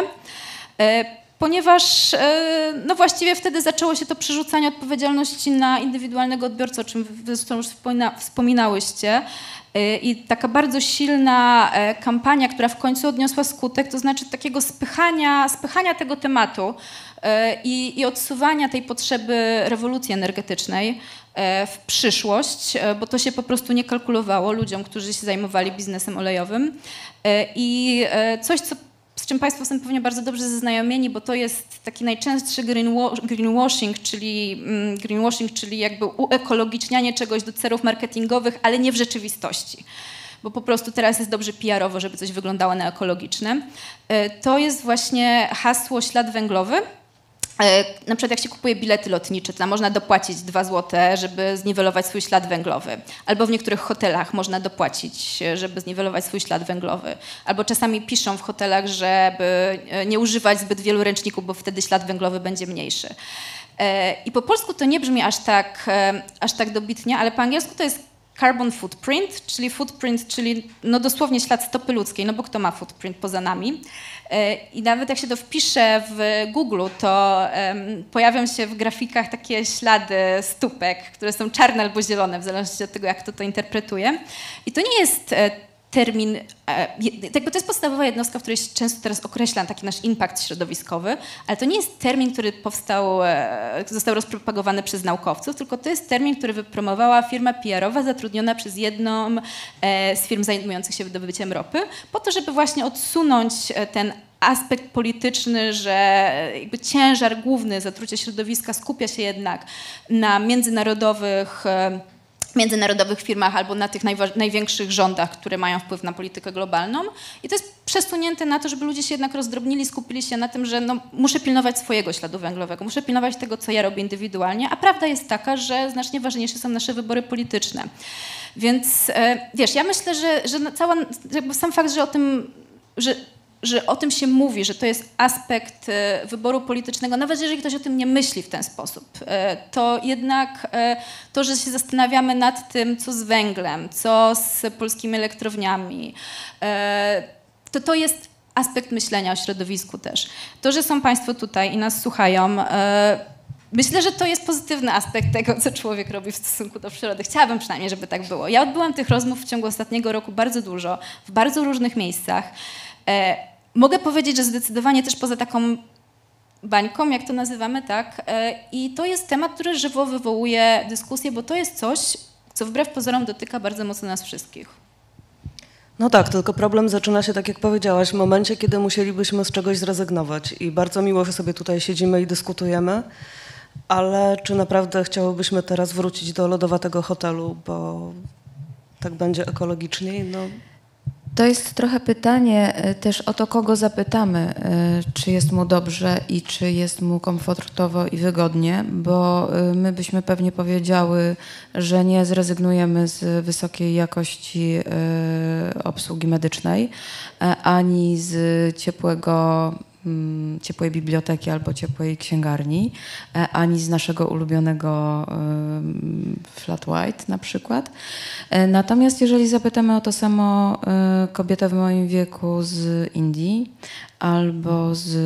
ponieważ no właściwie wtedy zaczęło się to przerzucanie odpowiedzialności na indywidualnego odbiorcę, o czym zresztą już wspominałyście. I taka bardzo silna kampania, która w końcu odniosła skutek, to znaczy takiego spychania tego tematu i odsuwania tej potrzeby rewolucji energetycznej w przyszłość, bo to się po prostu nie kalkulowało ludziom, którzy się zajmowali biznesem olejowym. I coś, z czym Państwo są pewnie bardzo dobrze zaznajomieni, bo to jest taki najczęstszy greenwashing, czyli jakby uekologicznianie czegoś do celów marketingowych, ale nie w rzeczywistości. Bo po prostu teraz jest dobrze PR-owo, żeby coś wyglądało na ekologiczne. To jest właśnie hasło ślad węglowy. Na przykład jak się kupuje bilety lotnicze, to można dopłacić 2 zł, żeby zniwelować swój ślad węglowy. Albo w niektórych hotelach można dopłacić, żeby zniwelować swój ślad węglowy. Albo czasami piszą w hotelach, żeby nie używać zbyt wielu ręczników, bo wtedy ślad węglowy będzie mniejszy. I po polsku to nie brzmi aż tak dobitnie, ale po angielsku to jest carbon footprint, czyli no dosłownie ślad stopy ludzkiej, no bo kto ma footprint poza nami. I nawet jak się to wpisze w Google, to pojawią się w grafikach takie ślady stópek, które są czarne albo zielone, w zależności od tego, jak kto to interpretuje. I to nie jest termin, jakby to jest podstawowa jednostka, w której się często teraz określa taki nasz impact środowiskowy, ale to nie jest termin, który został rozpropagowany przez naukowców, tylko to jest termin, który wypromowała firma PR-owa zatrudniona przez jedną z firm zajmujących się wydobyciem ropy, po to, żeby właśnie odsunąć ten aspekt polityczny, że jakby ciężar główny zatrucia środowiska skupia się jednak na międzynarodowych firmach albo na tych największych rządach, które mają wpływ na politykę globalną. I to jest przesunięte na to, żeby ludzie się jednak rozdrobnili, skupili się na tym, że no, muszę pilnować swojego śladu węglowego, muszę pilnować tego, co ja robię indywidualnie, a prawda jest taka, że znacznie ważniejsze są nasze wybory polityczne. Więc wiesz, ja myślę, że jakby sam fakt, że o tym się mówi, że to jest aspekt wyboru politycznego, nawet jeżeli ktoś o tym nie myśli w ten sposób, to jednak to, że się zastanawiamy nad tym, co z węglem, co z polskimi elektrowniami, to jest aspekt myślenia o środowisku też. To, że są Państwo tutaj i nas słuchają, myślę, że to jest pozytywny aspekt tego, co człowiek robi w stosunku do przyrody. Chciałabym przynajmniej, żeby tak było. Ja odbyłam tych rozmów w ciągu ostatniego roku bardzo dużo, w bardzo różnych miejscach. Mogę powiedzieć, że zdecydowanie też poza taką bańką, jak to nazywamy, tak? I to jest temat, który żywo wywołuje dyskusję, bo to jest coś, co wbrew pozorom dotyka bardzo mocno nas wszystkich. No tak, tylko problem zaczyna się, tak jak powiedziałaś, w momencie, kiedy musielibyśmy z czegoś zrezygnować. I bardzo miło, że sobie tutaj siedzimy i dyskutujemy, ale czy naprawdę chciałybyśmy teraz wrócić do lodowatego hotelu, bo tak będzie ekologiczniej? No. To jest trochę pytanie też o to, kogo zapytamy, czy jest mu dobrze i czy jest mu komfortowo i wygodnie, bo my byśmy pewnie powiedziały, że nie zrezygnujemy z wysokiej jakości obsługi medycznej, ani z ciepłej biblioteki albo ciepłej księgarni, ani z naszego ulubionego flat white na przykład. Natomiast jeżeli zapytamy o to samo kobietę w moim wieku z Indii albo z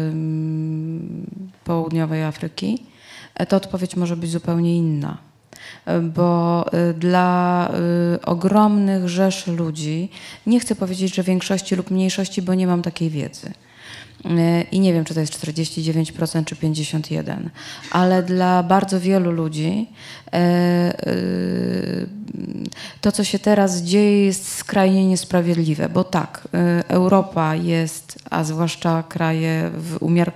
południowej Afryki, to odpowiedź może być zupełnie inna. Bo dla ogromnych rzeszy ludzi, nie chcę powiedzieć, że większości lub mniejszości, bo nie mam takiej wiedzy. I nie wiem, czy to jest 49% czy 51%, ale dla bardzo wielu ludzi to, co się teraz dzieje, jest skrajnie niesprawiedliwe, bo tak, Europa jest, a zwłaszcza kraje w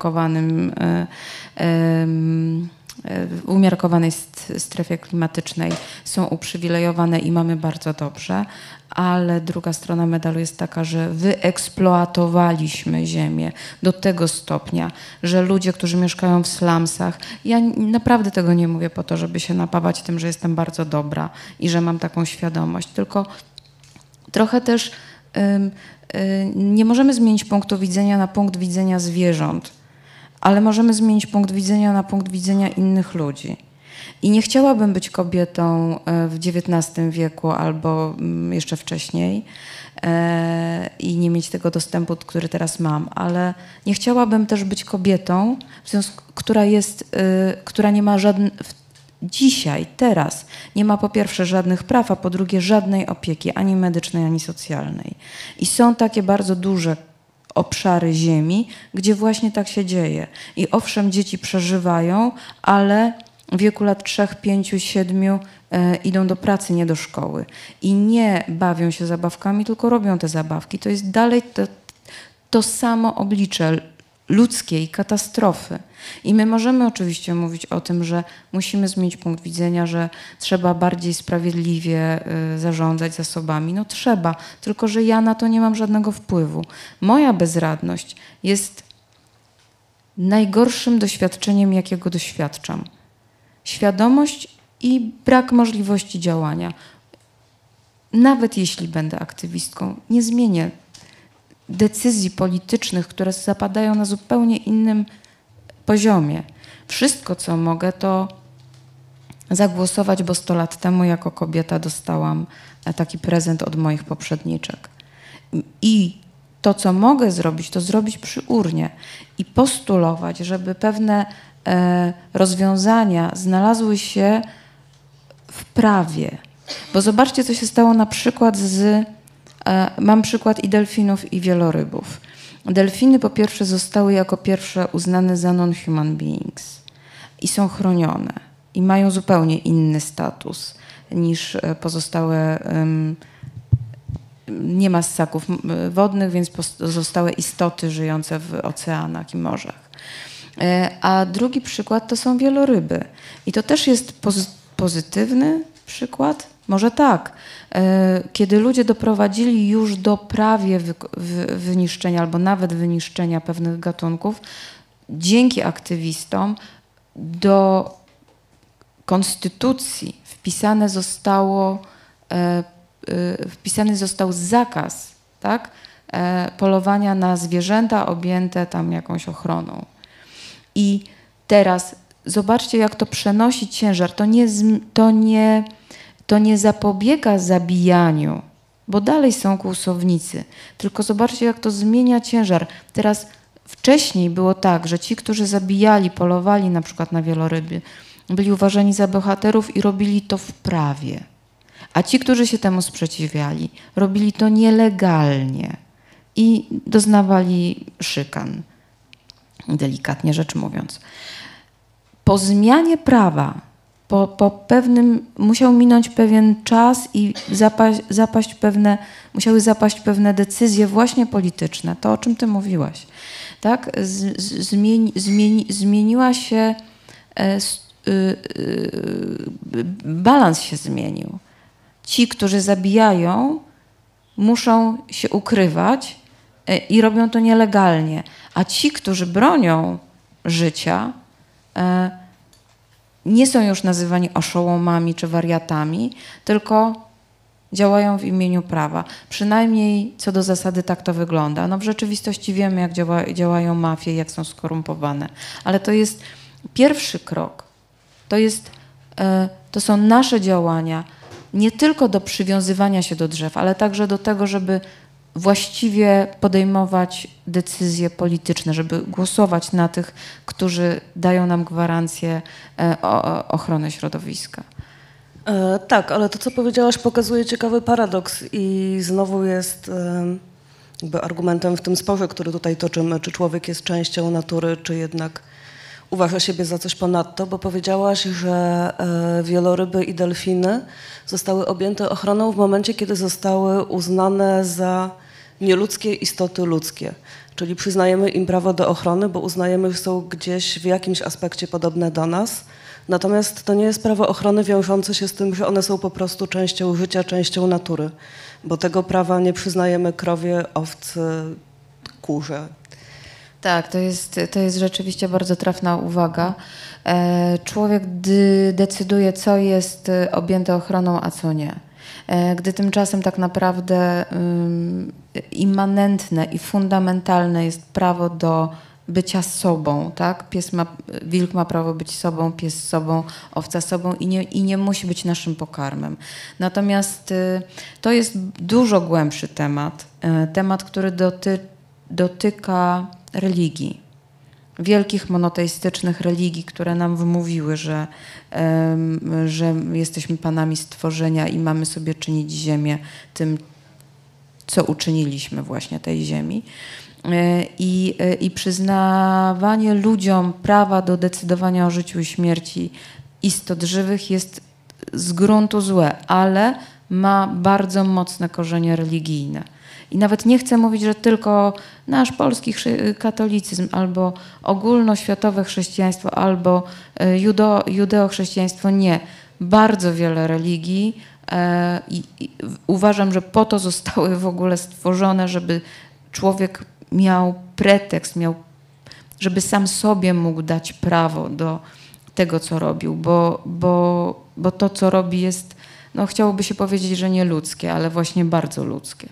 umiarkowanej strefie klimatycznej są uprzywilejowane i mamy bardzo dobrze, ale druga strona medalu jest taka, że wyeksploatowaliśmy ziemię do tego stopnia, że ludzie, którzy mieszkają w slumsach, ja naprawdę tego nie mówię po to, żeby się napawać tym, że jestem bardzo dobra i że mam taką świadomość, tylko trochę też nie możemy zmienić punktu widzenia na punkt widzenia zwierząt, ale możemy zmienić punkt widzenia na punkt widzenia innych ludzi. I nie chciałabym być kobietą w XIX wieku albo jeszcze wcześniej i nie mieć tego dostępu, który teraz mam, ale nie chciałabym też być kobietą, która nie ma dzisiaj, teraz nie ma po pierwsze żadnych praw, a po drugie żadnej opieki, ani medycznej, ani socjalnej. I są takie bardzo duże obszary ziemi, gdzie właśnie tak się dzieje. I owszem, dzieci przeżywają, ale w wieku lat 3, 5, 7 idą do pracy, nie do szkoły. I nie bawią się zabawkami, tylko robią te zabawki. To jest dalej to samo oblicze ludzkiej katastrofy. I my możemy oczywiście mówić o tym, że musimy zmienić punkt widzenia, że trzeba bardziej sprawiedliwie zarządzać zasobami. No trzeba, tylko że ja na to nie mam żadnego wpływu. Moja bezradność jest najgorszym doświadczeniem, jakiego doświadczam. Świadomość i brak możliwości działania. Nawet jeśli będę aktywistką, nie zmienię decyzji politycznych, które zapadają na zupełnie innym poziomie. Wszystko, co mogę, to zagłosować, bo 100 lat temu jako kobieta dostałam taki prezent od moich poprzedniczek. I to, co mogę zrobić, to zrobić przy urnie i postulować, żeby pewne rozwiązania znalazły się w prawie. Bo zobaczcie, co się stało na przykład mam przykład i delfinów, i wielorybów. Delfiny po pierwsze zostały jako pierwsze uznane za non-human beings i są chronione i mają zupełnie inny status niż pozostałe, nie ma ssaków wodnych, więc pozostałe istoty żyjące w oceanach i morzach. A drugi przykład to są wieloryby. I to też jest pozytywny przykład. Może tak. Kiedy ludzie doprowadzili już do prawie wyniszczenia albo nawet wyniszczenia pewnych gatunków, dzięki aktywistom do konstytucji wpisany został zakaz, tak, polowania na zwierzęta objęte tam jakąś ochroną. I teraz zobaczcie, jak to przenosi ciężar. To nie zapobiega zabijaniu, bo dalej są kłusownicy. Tylko zobaczcie, jak to zmienia ciężar. Teraz wcześniej było tak, że ci, którzy zabijali, polowali na przykład na wieloryby, byli uważani za bohaterów i robili to w prawie. A ci, którzy się temu sprzeciwiali, robili to nielegalnie i doznawali szykan, delikatnie rzecz mówiąc. Po zmianie prawa, musiał minąć pewien czas i musiały zapaść pewne decyzje właśnie polityczne, to o czym ty mówiłaś. Tak? Zmieniła się, balans się zmienił. Ci, którzy zabijają, muszą się ukrywać i robią to nielegalnie. A ci, którzy bronią życia, nie są już nazywani oszołomami czy wariatami, tylko działają w imieniu prawa. Przynajmniej co do zasady tak to wygląda. No w rzeczywistości wiemy, jak działają mafie, jak są skorumpowane. Ale to jest pierwszy krok. To są nasze działania nie tylko do przywiązywania się do drzew, ale także do tego, żeby właściwie podejmować decyzje polityczne, żeby głosować na tych, którzy dają nam gwarancję ochrony środowiska. Tak, ale to, co powiedziałaś, pokazuje ciekawy paradoks i znowu jest jakby argumentem w tym sporze, który tutaj toczymy, czy człowiek jest częścią natury, czy jednak uważa siebie za coś ponadto, bo powiedziałaś, że wieloryby i delfiny zostały objęte ochroną w momencie, kiedy zostały uznane za nieludzkie istoty ludzkie. Czyli przyznajemy im prawo do ochrony, bo uznajemy, że są gdzieś w jakimś aspekcie podobne do nas. Natomiast to nie jest prawo ochrony wiążące się z tym, że one są po prostu częścią życia, częścią natury. Bo tego prawa nie przyznajemy krowie, owcy, kurze. Tak, to jest rzeczywiście bardzo trafna uwaga. Człowiek decyduje, co jest objęte ochroną, a co nie. Gdy tymczasem tak naprawdę immanentne i fundamentalne jest prawo do bycia sobą, tak? Wilk ma prawo być sobą, pies sobą, owca sobą i nie musi być naszym pokarmem. Natomiast to jest dużo głębszy temat, który dotyka religii, wielkich monoteistycznych religii, które nam wmówiły, że jesteśmy panami stworzenia i mamy sobie czynić ziemię tym, co uczyniliśmy właśnie tej ziemi. I przyznawanie ludziom prawa do decydowania o życiu i śmierci istot żywych jest z gruntu złe, ale ma bardzo mocne korzenie religijne. I nawet nie chcę mówić, że tylko nasz polski katolicyzm, albo ogólnoświatowe chrześcijaństwo, albo judeochrześcijaństwo. Nie. Bardzo wiele religii i uważam, że po to zostały w ogóle stworzone, żeby człowiek miał pretekst, żeby sam sobie mógł dać prawo do tego, co robił, bo to, co robi, jest, no chciałoby się powiedzieć, że nie ludzkie, ale właśnie bardzo ludzkie.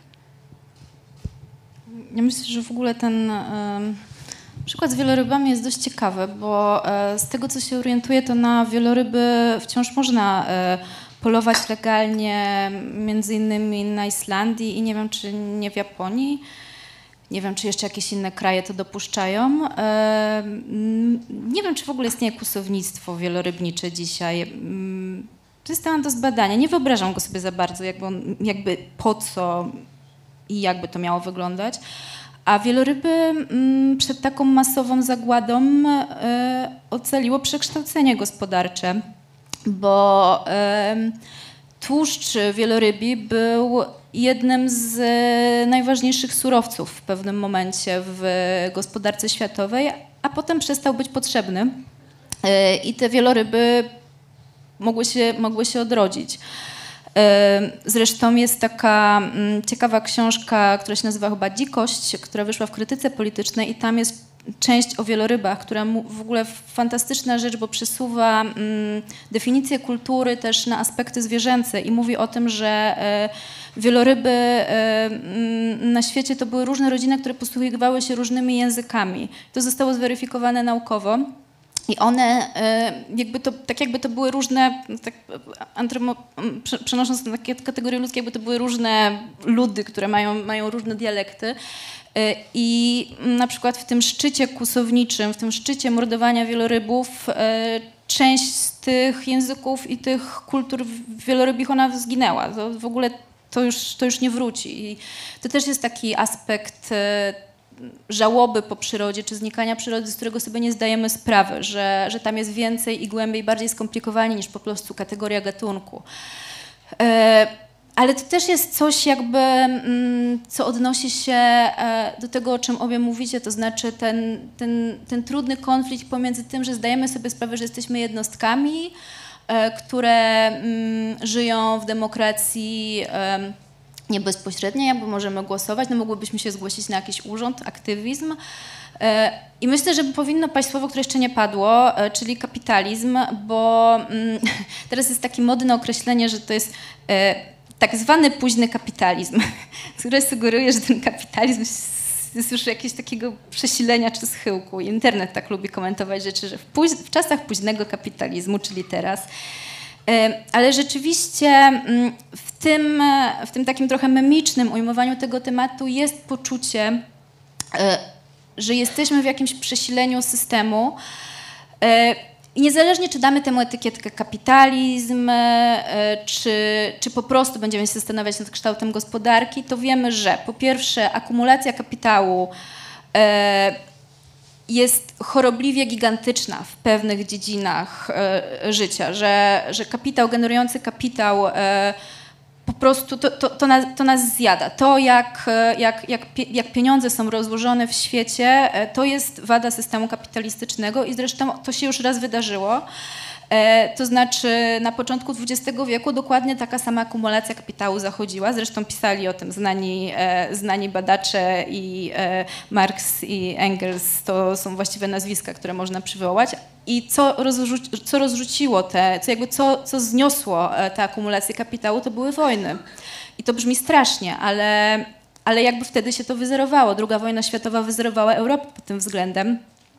Ja myślę, że w ogóle ten przykład z wielorybami jest dość ciekawy, bo z tego, co się orientuję, to na wieloryby wciąż można polować legalnie, między innymi na Islandii i nie wiem, czy nie w Japonii. Nie wiem, czy jeszcze jakieś inne kraje to dopuszczają. Nie wiem, czy w ogóle istnieje kłusownictwo wielorybnicze dzisiaj. To jest temat do zbadania. Nie wyobrażam go sobie za bardzo, jakby po co i jakby to miało wyglądać. A wieloryby przed taką masową zagładą ocaliło przekształcenie gospodarcze, bo tłuszcz wielorybi był jednym z najważniejszych surowców w pewnym momencie w gospodarce światowej, a potem przestał być potrzebny i te wieloryby mogły się odrodzić. Zresztą jest taka ciekawa książka, która się nazywa chyba Dzikość, która wyszła w Krytyce Politycznej i tam jest część o wielorybach, która w ogóle fantastyczna rzecz, bo przesuwa definicję kultury też na aspekty zwierzęce i mówi o tym, że wieloryby na świecie to były różne rodziny, które posługiwały się różnymi językami. To zostało zweryfikowane naukowo. I one jakby to były różne, tak, przenosząc na takie kategorie ludzkie, jakby to były różne ludy, które mają różne dialekty. I na przykład w tym szczycie kłusowniczym, w tym szczycie mordowania wielorybów, część z tych języków i tych kultur wielorybich ona zginęła. To w ogóle to już nie wróci. I to też jest taki aspekt żałoby po przyrodzie, czy znikania przyrody, z którego sobie nie zdajemy sprawy, że tam jest więcej i głębiej, bardziej skomplikowanie niż po prostu kategoria gatunku. Ale to też jest coś jakby, co odnosi się do tego, o czym obie mówicie, to znaczy ten trudny konflikt pomiędzy tym, że zdajemy sobie sprawę, że jesteśmy jednostkami, które żyją w demokracji nie bezpośrednie, jakby możemy głosować, no mogłybyśmy się zgłosić na jakiś urząd, aktywizm. I myślę, że powinno paść słowo, które jeszcze nie padło, czyli kapitalizm, bo teraz jest takie modne określenie, że to jest tak zwany późny kapitalizm, które sugeruje, że ten kapitalizm jest już jakiegoś takiego przesilenia czy schyłku. Internet tak lubi komentować rzeczy, że w czasach późnego kapitalizmu, czyli teraz. Ale rzeczywiście w tym takim trochę memicznym ujmowaniu tego tematu jest poczucie, że jesteśmy w jakimś przesileniu systemu i niezależnie czy damy temu etykietkę kapitalizm, czy po prostu będziemy się zastanawiać nad kształtem gospodarki, to wiemy, że po pierwsze akumulacja kapitału jest chorobliwie gigantyczna w pewnych dziedzinach życia, że kapitał, generujący kapitał po prostu to nas zjada. To, jak pieniądze są rozłożone w świecie, to jest wada systemu kapitalistycznego i zresztą to się już raz wydarzyło. To znaczy na początku XX wieku dokładnie taka sama akumulacja kapitału zachodziła. Zresztą pisali o tym znani badacze i Marx i Engels to są właściwe nazwiska, które można przywołać. I co rozrzuciło co zniosło tę akumulację kapitału, to były wojny. I to brzmi strasznie, ale jakby wtedy się to wyzerowało. II wojna światowa wyzerowała Europę pod tym względem.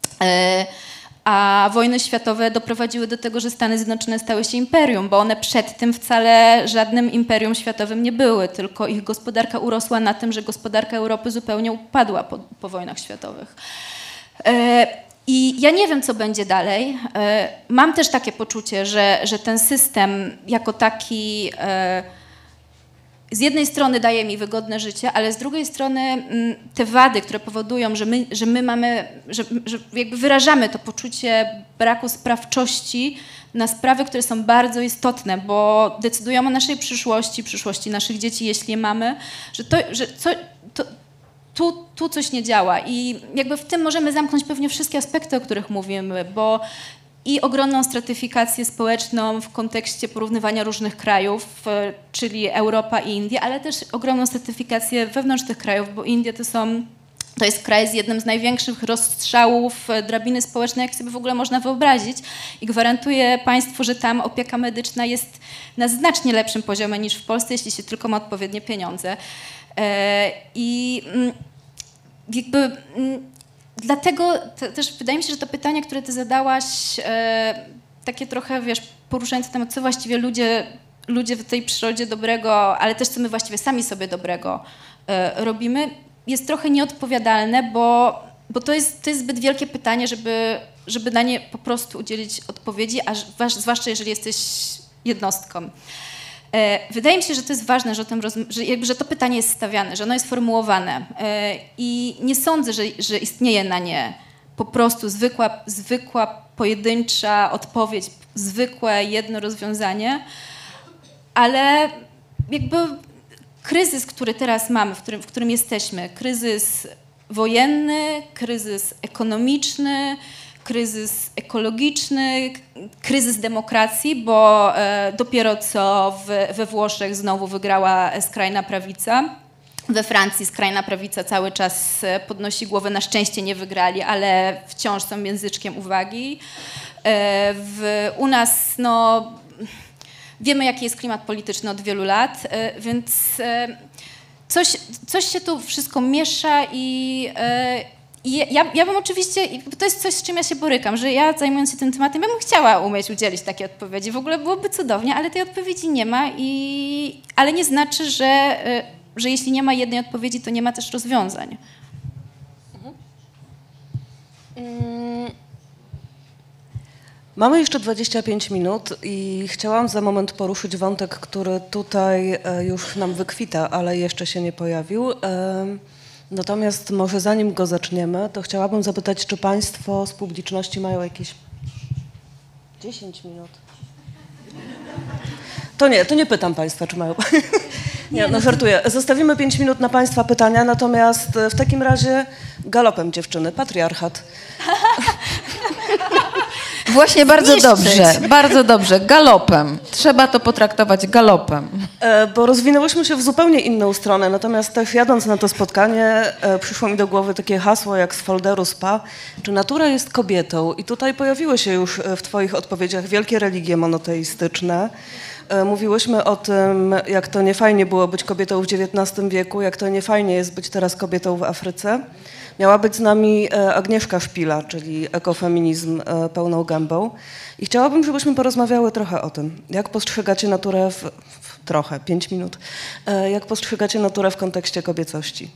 A wojny światowe doprowadziły do tego, że Stany Zjednoczone stały się imperium, bo one przed tym wcale żadnym imperium światowym nie były, tylko ich gospodarka urosła na tym, że gospodarka Europy zupełnie upadła po wojnach światowych. I ja nie wiem, co będzie dalej. Mam też takie poczucie, że ten system jako taki z jednej strony daje mi wygodne życie, ale z drugiej strony te wady, które powodują, że my mamy, że jakby wyrażamy to poczucie braku sprawczości na sprawy, które są bardzo istotne, bo decydują o naszej przyszłości naszych dzieci, jeśli je mamy, tu coś nie działa. I jakby w tym możemy zamknąć pewnie wszystkie aspekty, o których mówimy, bo i ogromną stratyfikację społeczną w kontekście porównywania różnych krajów, czyli Europa i Indie, ale też ogromną stratyfikację wewnątrz tych krajów, bo Indie to jest kraj z jednym z największych rozstrzałów drabiny społecznej, jak sobie w ogóle można wyobrazić. I gwarantuję Państwu, że tam opieka medyczna jest na znacznie lepszym poziomie niż w Polsce, jeśli się tylko ma odpowiednie pieniądze. I jakby dlatego też wydaje mi się, że to pytanie, które ty zadałaś, takie trochę, poruszające temat, co właściwie ludzie w tej przyrodzie dobrego, ale też co my właściwie sami sobie dobrego robimy, jest trochę nieodpowiadalne, bo to jest zbyt wielkie pytanie, żeby na nie po prostu udzielić odpowiedzi, zwłaszcza jeżeli jesteś jednostką. Wydaje mi się, że to jest ważne, że to pytanie jest stawiane, że ono jest formułowane i nie sądzę, że istnieje na nie po prostu zwykła pojedyncza odpowiedź, zwykłe jedno rozwiązanie, ale jakby kryzys, który teraz mamy, w którym jesteśmy, kryzys wojenny, kryzys ekonomiczny, kryzys ekologiczny, kryzys demokracji, bo dopiero co we Włoszech znowu wygrała skrajna prawica. We Francji skrajna prawica cały czas podnosi głowę, na szczęście nie wygrali, ale wciąż są języczkiem uwagi. U nas wiemy, jaki jest klimat polityczny od wielu lat, więc coś się tu wszystko miesza i ja bym oczywiście, to jest coś, z czym ja się borykam, że ja zajmując się tym tematem, ja bym chciała umieć udzielić takiej odpowiedzi. W ogóle byłoby cudownie, ale tej odpowiedzi nie ma, ale nie znaczy, że jeśli nie ma jednej odpowiedzi, to nie ma też rozwiązań. Mamy jeszcze 25 minut i chciałam za moment poruszyć wątek, który tutaj już nam wykwita, ale jeszcze się nie pojawił. Natomiast może zanim go zaczniemy, to chciałabym zapytać, czy Państwo z publiczności mają jakieś 10 minut? To nie pytam Państwa, czy mają. Nie, żartuję. Zostawimy 5 minut na Państwa pytania, natomiast w takim razie galopem dziewczyny, patriarchat. Właśnie bardzo dobrze, galopem. Trzeba to potraktować galopem. Bo rozwinęłyśmy się w zupełnie inną stronę, natomiast też jadąc na to spotkanie przyszło mi do głowy takie hasło jak z folderu SPA, czy natura jest kobietą? I tutaj pojawiły się już w twoich odpowiedziach wielkie religie monoteistyczne. Mówiłyśmy o tym, jak to niefajnie było być kobietą w XIX wieku, jak to niefajnie jest być teraz kobietą w Afryce. Miała być z nami Agnieszka Szpila, czyli ekofeminizm pełną gębą. I chciałabym, żebyśmy porozmawiały trochę o tym, jak postrzegacie naturę trochę, 5 minut, jak postrzegacie naturę w kontekście kobiecości.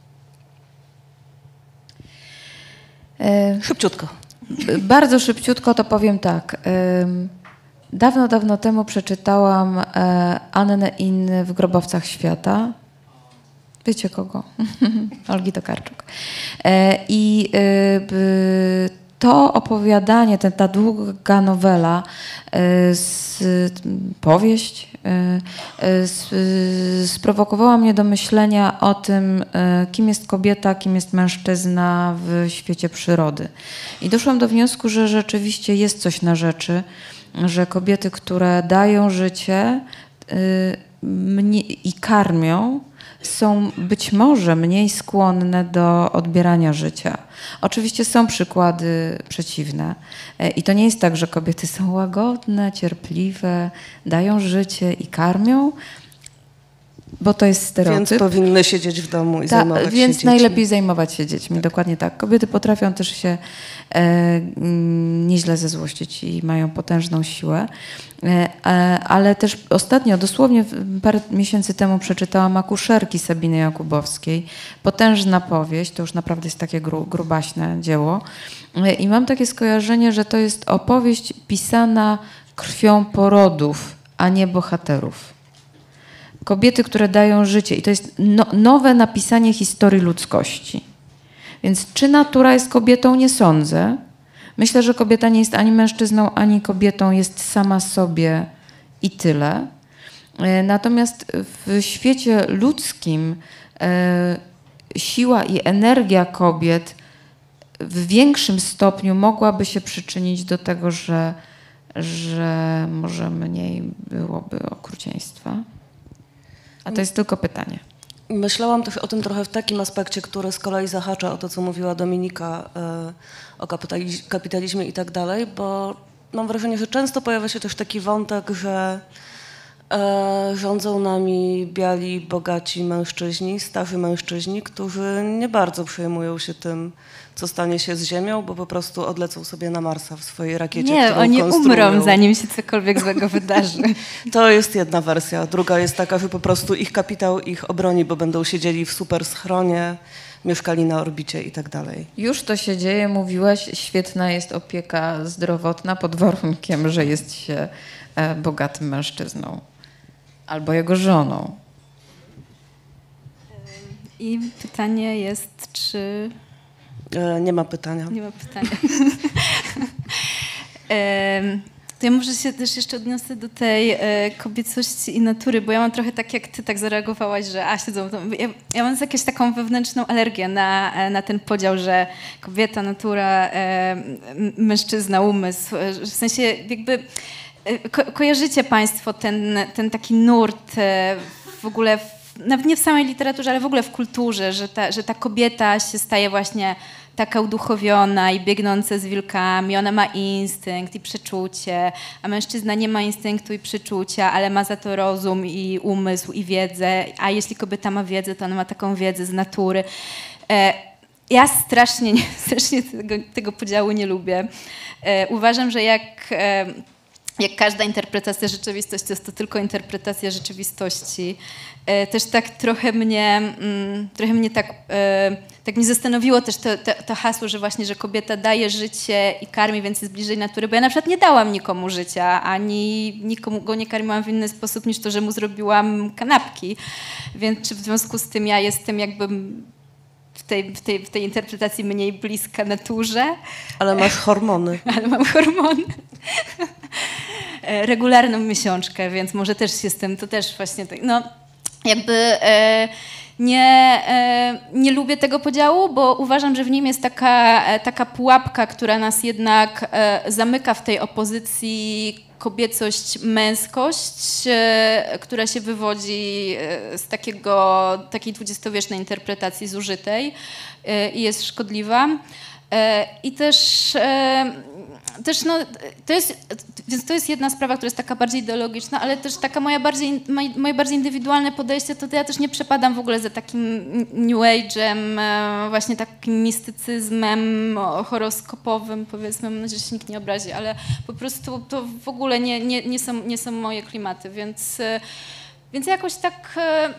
Szybciutko. Bardzo szybciutko to powiem tak. Dawno temu przeczytałam Annę In w Grobowcach Świata. Wiecie kogo? Olgi Tokarczuk. I to opowiadanie, ta długa nowela, powieść, sprowokowała mnie do myślenia o tym, kim jest kobieta, kim jest mężczyzna w świecie przyrody. I doszłam do wniosku, że rzeczywiście jest coś na rzeczy, że kobiety, które dają życie i karmią, są być może mniej skłonne do odbierania życia. Oczywiście są przykłady przeciwne i to nie jest tak, że kobiety są łagodne, cierpliwe, dają życie i karmią, bo to jest stereotyp. Więc powinny siedzieć w domu i zajmować się więc dziećmi. najlepiej zajmować się dziećmi, dokładnie tak. Kobiety potrafią też się nieźle zezłościć i mają potężną siłę. Ale też ostatnio, dosłownie parę miesięcy temu przeczytałam Akuszerki Sabiny Jakubowskiej. Potężna powieść, to już naprawdę jest takie grubaśne dzieło. I mam takie skojarzenie, że to jest opowieść pisana krwią porodów, a nie bohaterów. Kobiety, które dają życie. I to jest nowe napisanie historii ludzkości. Więc czy natura jest kobietą? Nie sądzę. Myślę, że kobieta nie jest ani mężczyzną, ani kobietą, jest sama sobie i tyle. Natomiast w świecie ludzkim siła i energia kobiet w większym stopniu mogłaby się przyczynić do tego, że może mniej byłoby okrucieństwa. A to jest tylko pytanie. Myślałam też o tym trochę w takim aspekcie, który z kolei zahacza o to, co mówiła Dominika o kapitalizmie i tak dalej, bo mam wrażenie, że często pojawia się też taki wątek, że rządzą nami biali, bogaci mężczyźni, starzy mężczyźni, którzy nie bardzo przejmują się tym, co stanie się z Ziemią, bo po prostu odlecą sobie na Marsa w swojej rakiecie, Nie, którą oni konstruują. umrą, zanim się cokolwiek złego wydarzy. To jest jedna wersja. Druga jest taka, że po prostu ich kapitał ich obroni, bo będą siedzieli w super schronie, mieszkali na orbicie i tak dalej. Już to się dzieje, mówiłaś, świetna jest opieka zdrowotna pod warunkiem, że jest się bogatym mężczyzną albo jego żoną. I pytanie jest, czy... Nie ma pytania. Nie ma pytania. To ja może się też jeszcze odniosę do tej kobiecości i natury, bo ja mam trochę tak, jak ty tak zareagowałaś, że siedzą tam. Ja mam jakąś taką wewnętrzną alergię na ten podział, że kobieta, natura, mężczyzna, umysł. W sensie jakby kojarzycie państwo ten taki nurt w ogóle, nawet nie w samej literaturze, ale w ogóle w kulturze, że ta kobieta się staje właśnie taka uduchowiona i biegnąca z wilkami, ona ma instynkt i przeczucie, a mężczyzna nie ma instynktu i przeczucia, ale ma za to rozum i umysł i wiedzę, a jeśli kobieta ma wiedzę, to ona ma taką wiedzę z natury. Ja strasznie tego podziału nie lubię. Uważam, że jak każda interpretacja rzeczywistości jest to tylko interpretacja rzeczywistości. Też tak trochę mnie tak mnie zastanowiło też to hasło, że właśnie, że kobieta daje życie i karmi, więc jest bliżej natury, bo ja na przykład nie dałam nikomu życia, ani nikomu go nie karmiłam w inny sposób niż to, że mu zrobiłam kanapki. Więc czy w związku z tym ja jestem jakby w tej interpretacji mniej bliska naturze. Ale masz hormony. Ale mam hormony. Regularną miesiączkę, więc może też jestem, to też właśnie tak, no jakby nie lubię tego podziału, bo uważam, że w nim jest taka pułapka, która nas jednak zamyka w tej opozycji kobiecość, męskość, która się wywodzi z takiej dwudziestowiecznej interpretacji zużytej i jest szkodliwa. I też no, to jest jedna sprawa, która jest taka bardziej ideologiczna, ale też taka moje bardziej indywidualne podejście, to ja też nie przepadam w ogóle za takim New Age'em, właśnie takim mistycyzmem horoskopowym, powiedzmy, mam nadzieję, że się nikt nie obrazi, ale po prostu to w ogóle nie są moje klimaty, więc jakoś tak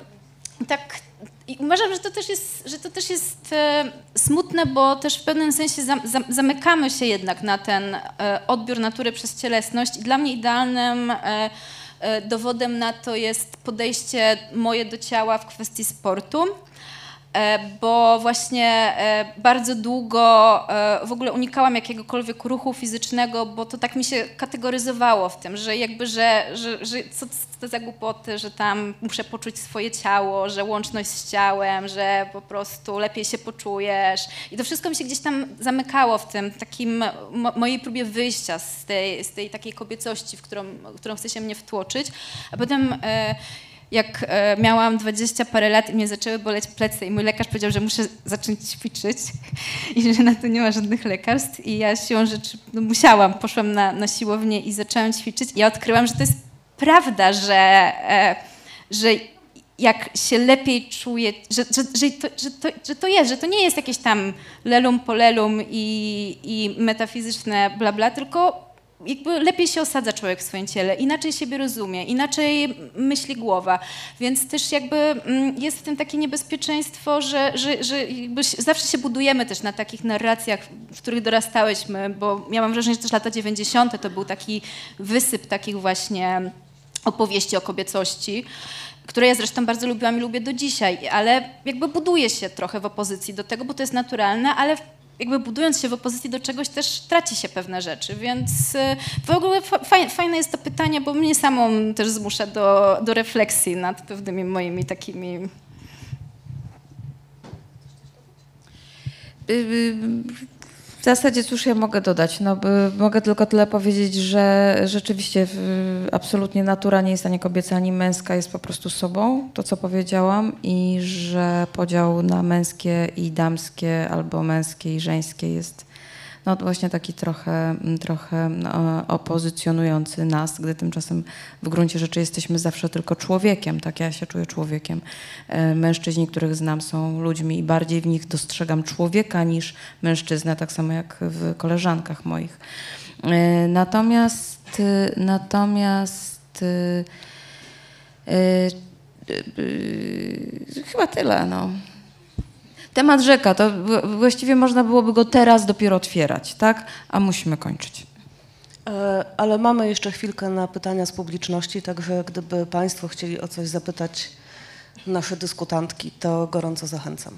i uważam, że to też jest smutne, bo też w pewnym sensie zamykamy się jednak na ten odbiór natury przez cielesność i dla mnie idealnym dowodem na to jest podejście moje do ciała w kwestii sportu, bo właśnie bardzo długo w ogóle unikałam jakiegokolwiek ruchu fizycznego, bo to tak mi się kategoryzowało w tym, że jakby, że co to za głupoty, że tam muszę poczuć swoje ciało, że łączność z ciałem, że po prostu lepiej się poczujesz. I to wszystko mi się gdzieś tam zamykało w tym takim mojej próbie wyjścia z tej takiej kobiecości, w którą chce się mnie wtłoczyć. A potem jak miałam 20 parę lat i mnie zaczęły boleć plecy i mój lekarz powiedział, że muszę zacząć ćwiczyć i że na to nie ma żadnych lekarstw i ja siłą rzeczy musiałam, poszłam na siłownię i zaczęłam ćwiczyć i ja odkryłam, że to jest prawda, że jak się lepiej czuję, że to nie jest jakieś tam lelum polelum i metafizyczne bla bla, tylko jakby lepiej się osadza człowiek w swoim ciele, inaczej siebie rozumie, inaczej myśli głowa, więc też jakby jest w tym takie niebezpieczeństwo, że jakby zawsze się budujemy też na takich narracjach, w których dorastałyśmy, bo ja mam wrażenie, że też lata 90. to był taki wysyp takich właśnie opowieści o kobiecości, które ja zresztą bardzo lubiłam i lubię do dzisiaj, ale jakby buduje się trochę w opozycji do tego, bo to jest naturalne, ale jakby budując się w opozycji do czegoś też traci się pewne rzeczy, więc w ogóle fajne jest to pytanie, bo mnie samą też zmusza do refleksji nad pewnymi moimi takimi... W zasadzie cóż ja mogę dodać? No, mogę tylko tyle powiedzieć, że rzeczywiście absolutnie natura nie jest ani kobieca, ani męska, jest po prostu sobą, to co powiedziałam, i że podział na męskie i damskie albo męskie i żeńskie jest no właśnie taki trochę opozycjonujący nas, gdy tymczasem w gruncie rzeczy jesteśmy zawsze tylko człowiekiem, tak ja się czuję człowiekiem. Mężczyźni, których znam, są ludźmi i bardziej w nich dostrzegam człowieka niż mężczyznę, tak samo jak w koleżankach moich. Natomiast chyba tyle, no. Temat rzeka, to właściwie można byłoby go teraz dopiero otwierać, tak? A musimy kończyć. Ale mamy jeszcze chwilkę na pytania z publiczności, także gdyby Państwo chcieli o coś zapytać nasze dyskutantki, to gorąco zachęcam.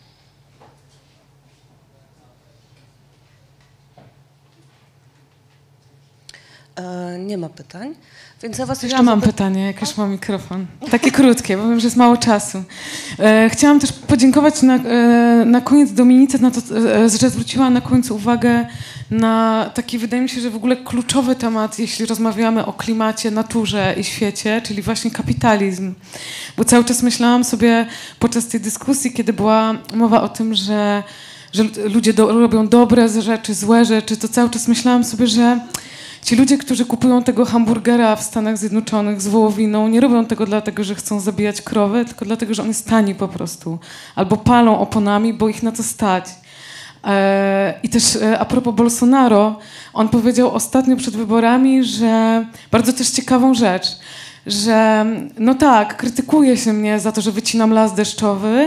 Nie ma pytań, więc ja Was jeszcze... Ja mam pytanie, jak już mam mikrofon. Takie krótkie, bo wiem, że jest mało czasu. Chciałam też podziękować na koniec Dominice, na to, że zwróciła na końcu uwagę na taki, wydaje mi się, że w ogóle kluczowy temat, jeśli rozmawiamy o klimacie, naturze i świecie, czyli właśnie kapitalizm. Bo cały czas myślałam sobie podczas tej dyskusji, kiedy była mowa o tym, że ludzie robią dobre rzeczy, złe rzeczy, to cały czas myślałam sobie, że ci ludzie, którzy kupują tego hamburgera w Stanach Zjednoczonych z wołowiną, nie robią tego dlatego, że chcą zabijać krowy, tylko dlatego, że on jest tani po prostu. Albo palą oponami, bo ich na to stać. I też a propos Bolsonaro, on powiedział ostatnio przed wyborami, że bardzo też ciekawą rzecz, że no tak, krytykuje się mnie za to, że wycinam las deszczowy,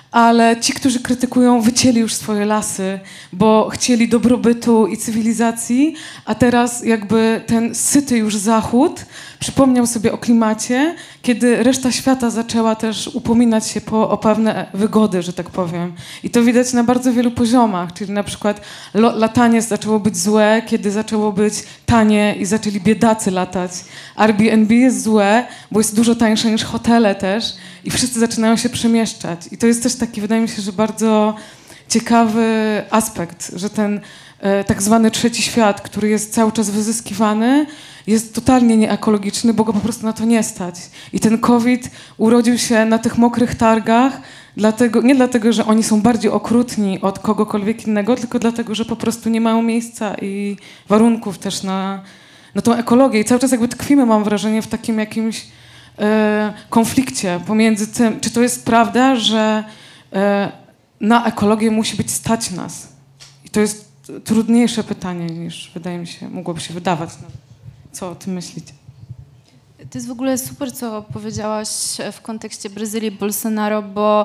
ale ci, którzy krytykują, wycięli już swoje lasy, bo chcieli dobrobytu i cywilizacji, a teraz jakby ten syty już Zachód przypomniał sobie o klimacie, kiedy reszta świata zaczęła też upominać się o pewne wygody, że tak powiem. I to widać na bardzo wielu poziomach, czyli na przykład latanie zaczęło być złe, kiedy zaczęło być tanie i zaczęli biedacy latać. Airbnb jest złe, bo jest dużo tańsze niż hotele też i wszyscy zaczynają się przemieszczać. I to jest też taki, wydaje mi się, że bardzo ciekawy aspekt, że ten tak zwany trzeci świat, który jest cały czas wyzyskiwany, jest totalnie nieekologiczny, bo go po prostu na to nie stać. I ten COVID urodził się na tych mokrych targach, nie dlatego, że oni są bardziej okrutni od kogokolwiek innego, tylko dlatego, że po prostu nie mają miejsca i warunków też na tą ekologię. I cały czas jakby tkwimy, mam wrażenie, w takim jakimś konflikcie pomiędzy tym, czy to jest prawda, że na ekologię musi być stać nas. I to jest trudniejsze pytanie niż, wydaje mi się, mogłoby się wydawać. Co o tym myślicie? To jest w ogóle super, co powiedziałaś w kontekście Brazylii, Bolsonaro, bo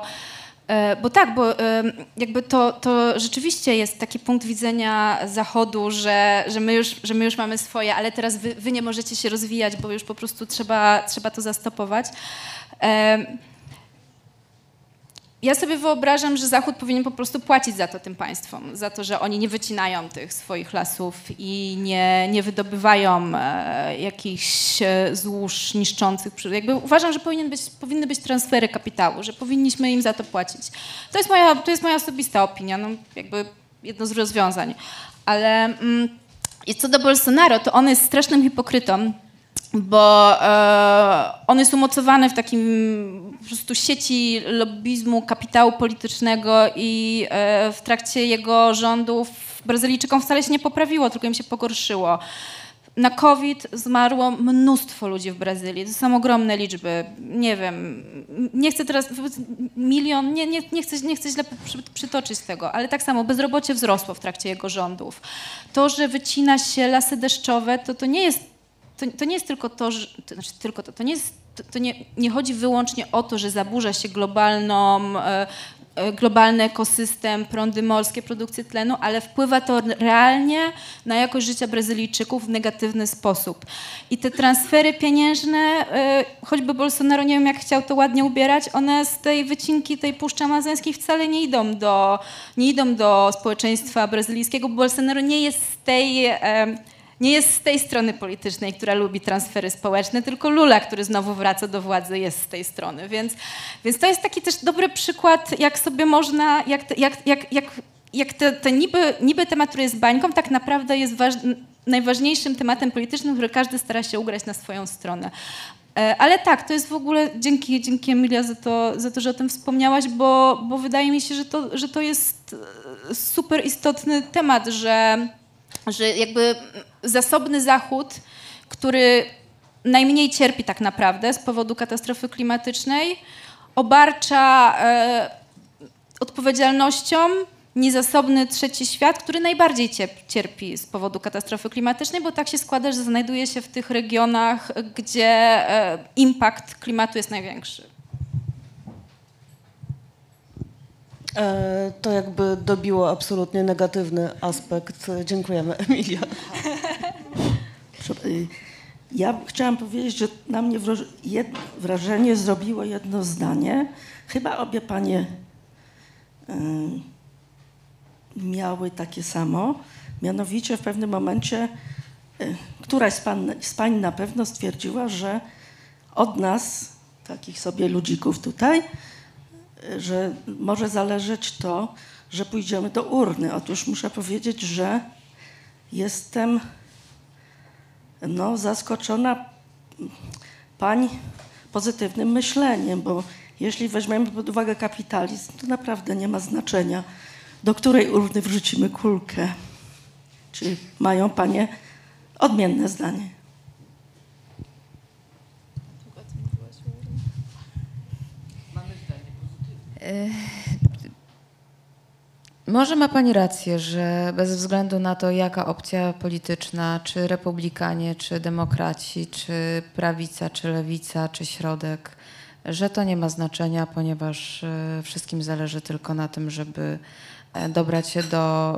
jakby to rzeczywiście jest taki punkt widzenia Zachodu, że my już mamy swoje, ale teraz wy nie możecie się rozwijać, bo już po prostu trzeba to zastopować. Ja sobie wyobrażam, że Zachód powinien po prostu płacić za to tym państwom, za to, że oni nie wycinają tych swoich lasów i nie wydobywają jakichś złóż niszczących. Jakby uważam, że powinny być transfery kapitału, że powinniśmy im za to płacić. To jest moja osobista opinia, no jakby jedno z rozwiązań. Ale co do Bolsonaro, to on jest strasznym hipokrytą, bo on jest umocowany w takim po prostu sieci lobbizmu, kapitału politycznego i w trakcie jego rządów Brazylijczykom wcale się nie poprawiło, tylko im się pogorszyło. Na COVID zmarło mnóstwo ludzi w Brazylii. To są ogromne liczby. Nie wiem, nie chcę teraz... Milion, nie chcę źle przytoczyć tego, ale tak samo bezrobocie wzrosło w trakcie jego rządów. To, że wycina się lasy deszczowe, to nie jest tylko to, że, nie chodzi wyłącznie o to, że zaburza się globalny ekosystem, prądy morskie, produkcję tlenu, ale wpływa to realnie na jakość życia Brazylijczyków w negatywny sposób. I te transfery pieniężne, choćby Bolsonaro, nie wiem jak chciał to ładnie ubierać, one z tej wycinki tej Puszczy Amazońskiej wcale nie idą do społeczeństwa brazylijskiego. Bolsonaro nie jest z tej strony politycznej, która lubi transfery społeczne, tylko Lula, który znowu wraca do władzy, jest z tej strony. Więc to jest taki też dobry przykład, jak sobie można, jak ten niby temat, który jest bańką, tak naprawdę jest najważniejszym tematem politycznym, który każdy stara się ugrać na swoją stronę. Ale tak, to jest w ogóle, dzięki Emilia za to, że o tym wspomniałaś, bo wydaje mi się, że to jest super istotny temat, że jakby zasobny Zachód, który najmniej cierpi tak naprawdę z powodu katastrofy klimatycznej, obarcza odpowiedzialnością niezasobny trzeci świat, który najbardziej cierpi z powodu katastrofy klimatycznej, bo tak się składa, że znajduje się w tych regionach, gdzie impact klimatu jest największy. To jakby dobiło absolutnie negatywny aspekt. Dziękujemy, Emilia. Ja chciałam powiedzieć, że na mnie wrażenie zrobiło jedno zdanie. Chyba obie panie miały takie samo. Mianowicie w pewnym momencie któraś z pań na pewno stwierdziła, że od nas, takich sobie ludzików tutaj, że może zależeć to, że pójdziemy do urny. Otóż muszę powiedzieć, że jestem zaskoczona pań pozytywnym myśleniem, bo jeśli weźmiemy pod uwagę kapitalizm, to naprawdę nie ma znaczenia, do której urny wrzucimy kulkę. Czy mają panie odmienne zdanie? Może ma pani rację, że bez względu na to, jaka opcja polityczna, czy republikanie, czy demokraci, czy prawica, czy lewica, czy środek, że to nie ma znaczenia, ponieważ wszystkim zależy tylko na tym, żeby dobrać się do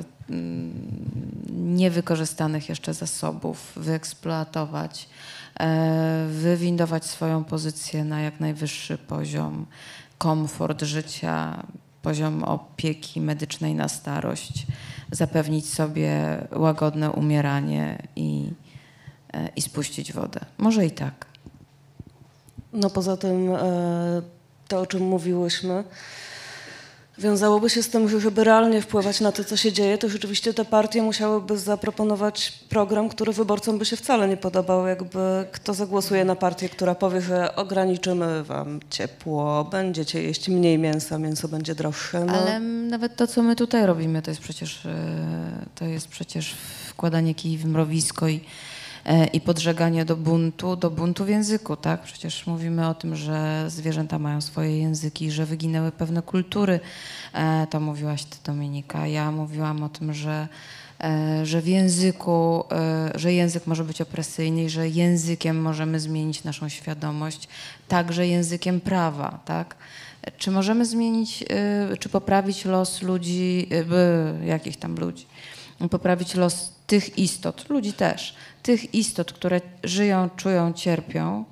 niewykorzystanych jeszcze zasobów, wyeksploatować, wywindować swoją pozycję na jak najwyższy poziom, komfort życia, poziom opieki medycznej na starość, zapewnić sobie łagodne umieranie i spuścić wodę. Może i tak. No poza tym to, o czym mówiłyśmy, wiązałoby się z tym, że żeby realnie wpływać na to, co się dzieje, to rzeczywiście te partie musiałyby zaproponować program, który wyborcom by się wcale nie podobał. Jakby kto zagłosuje na partię, która powie, że ograniczymy wam ciepło, będziecie jeść mniej mięsa, mięso będzie droższe. No. Ale nawet to, co my tutaj robimy, to jest przecież wkładanie kij w mrowisko i podżeganie do buntu w języku, tak? Przecież mówimy o tym, że zwierzęta mają swoje języki, że wyginęły pewne kultury. To mówiłaś ty, Dominika. Ja mówiłam o tym, że w języku, że język może być opresyjny i że językiem możemy zmienić naszą świadomość, także językiem prawa, tak? Czy możemy zmienić, czy poprawić los ludzi, jakich tam ludzi, poprawić los tych istot, ludzi też, tych istot, które żyją, czują, cierpią,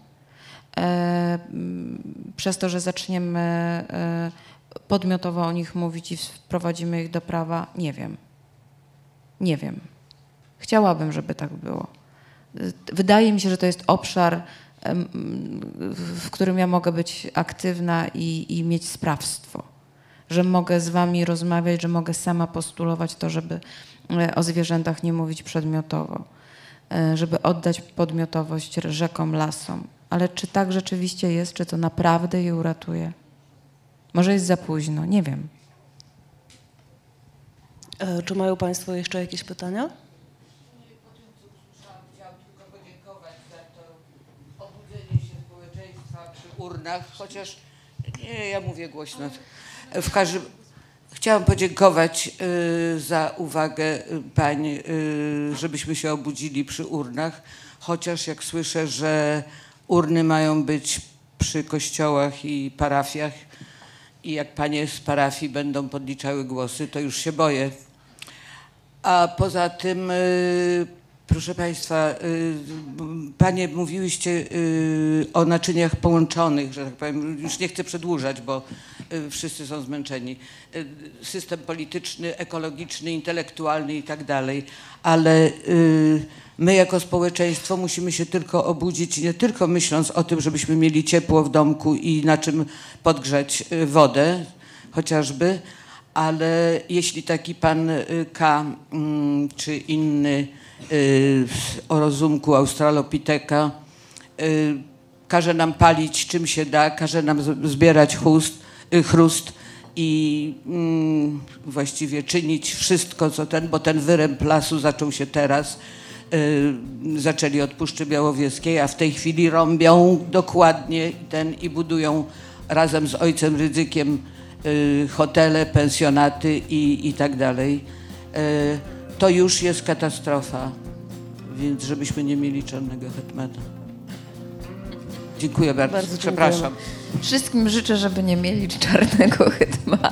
przez to, że zaczniemy podmiotowo o nich mówić i wprowadzimy ich do prawa? Nie wiem. Nie wiem. Chciałabym, żeby tak było. Wydaje mi się, że to jest obszar, w którym ja mogę być aktywna i mieć sprawstwo. Że mogę z wami rozmawiać, że mogę sama postulować to, żeby o zwierzętach nie mówić przedmiotowo, żeby oddać podmiotowość rzekom, lasom. Ale czy tak rzeczywiście jest? Czy to naprawdę je uratuje? Może jest za późno, nie wiem. Czy mają państwo jeszcze jakieś pytania? Po tym, co usłyszałam, chciałam tylko podziękować za to obudzenie się społeczeństwa przy urnach, chociaż nie, ja mówię głośno. Chciałam podziękować za uwagę pań, żebyśmy się obudzili przy urnach, chociaż jak słyszę, że urny mają być przy kościołach i parafiach i jak panie z parafii będą podliczały głosy, to już się boję. A poza tym, proszę państwa, panie mówiłyście o naczyniach połączonych, że tak powiem, już nie chcę przedłużać, bo wszyscy są zmęczeni. System polityczny, ekologiczny, intelektualny i tak dalej, ale my jako społeczeństwo musimy się tylko obudzić, nie tylko myśląc o tym, żebyśmy mieli ciepło w domku i na czym podgrzać wodę chociażby, ale jeśli taki pan K. czy inny o rozumku Australopitheka każe nam palić czym się da, każe nam zbierać chrust i właściwie czynić wszystko, co bo ten wyręb lasu zaczął się teraz, zaczęli od Puszczy Białowieskiej, a w tej chwili rąbią dokładnie i budują razem z ojcem Rydzykiem hotele, pensjonaty i tak dalej. To już jest katastrofa, więc żebyśmy nie mieli czarnego hetmana. Dziękuję bardzo. Bardzo przepraszam. Wszystkim życzę, żeby nie mieli czarnego hetmana.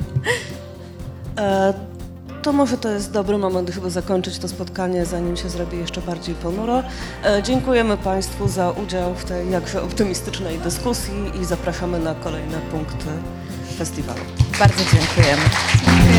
To może to jest dobry moment, żeby zakończyć to spotkanie, zanim się zrobi jeszcze bardziej ponuro. Dziękujemy państwu za udział w tej jakże optymistycznej dyskusji i zapraszamy na kolejne punkty festiwalu. Bardzo dziękujemy.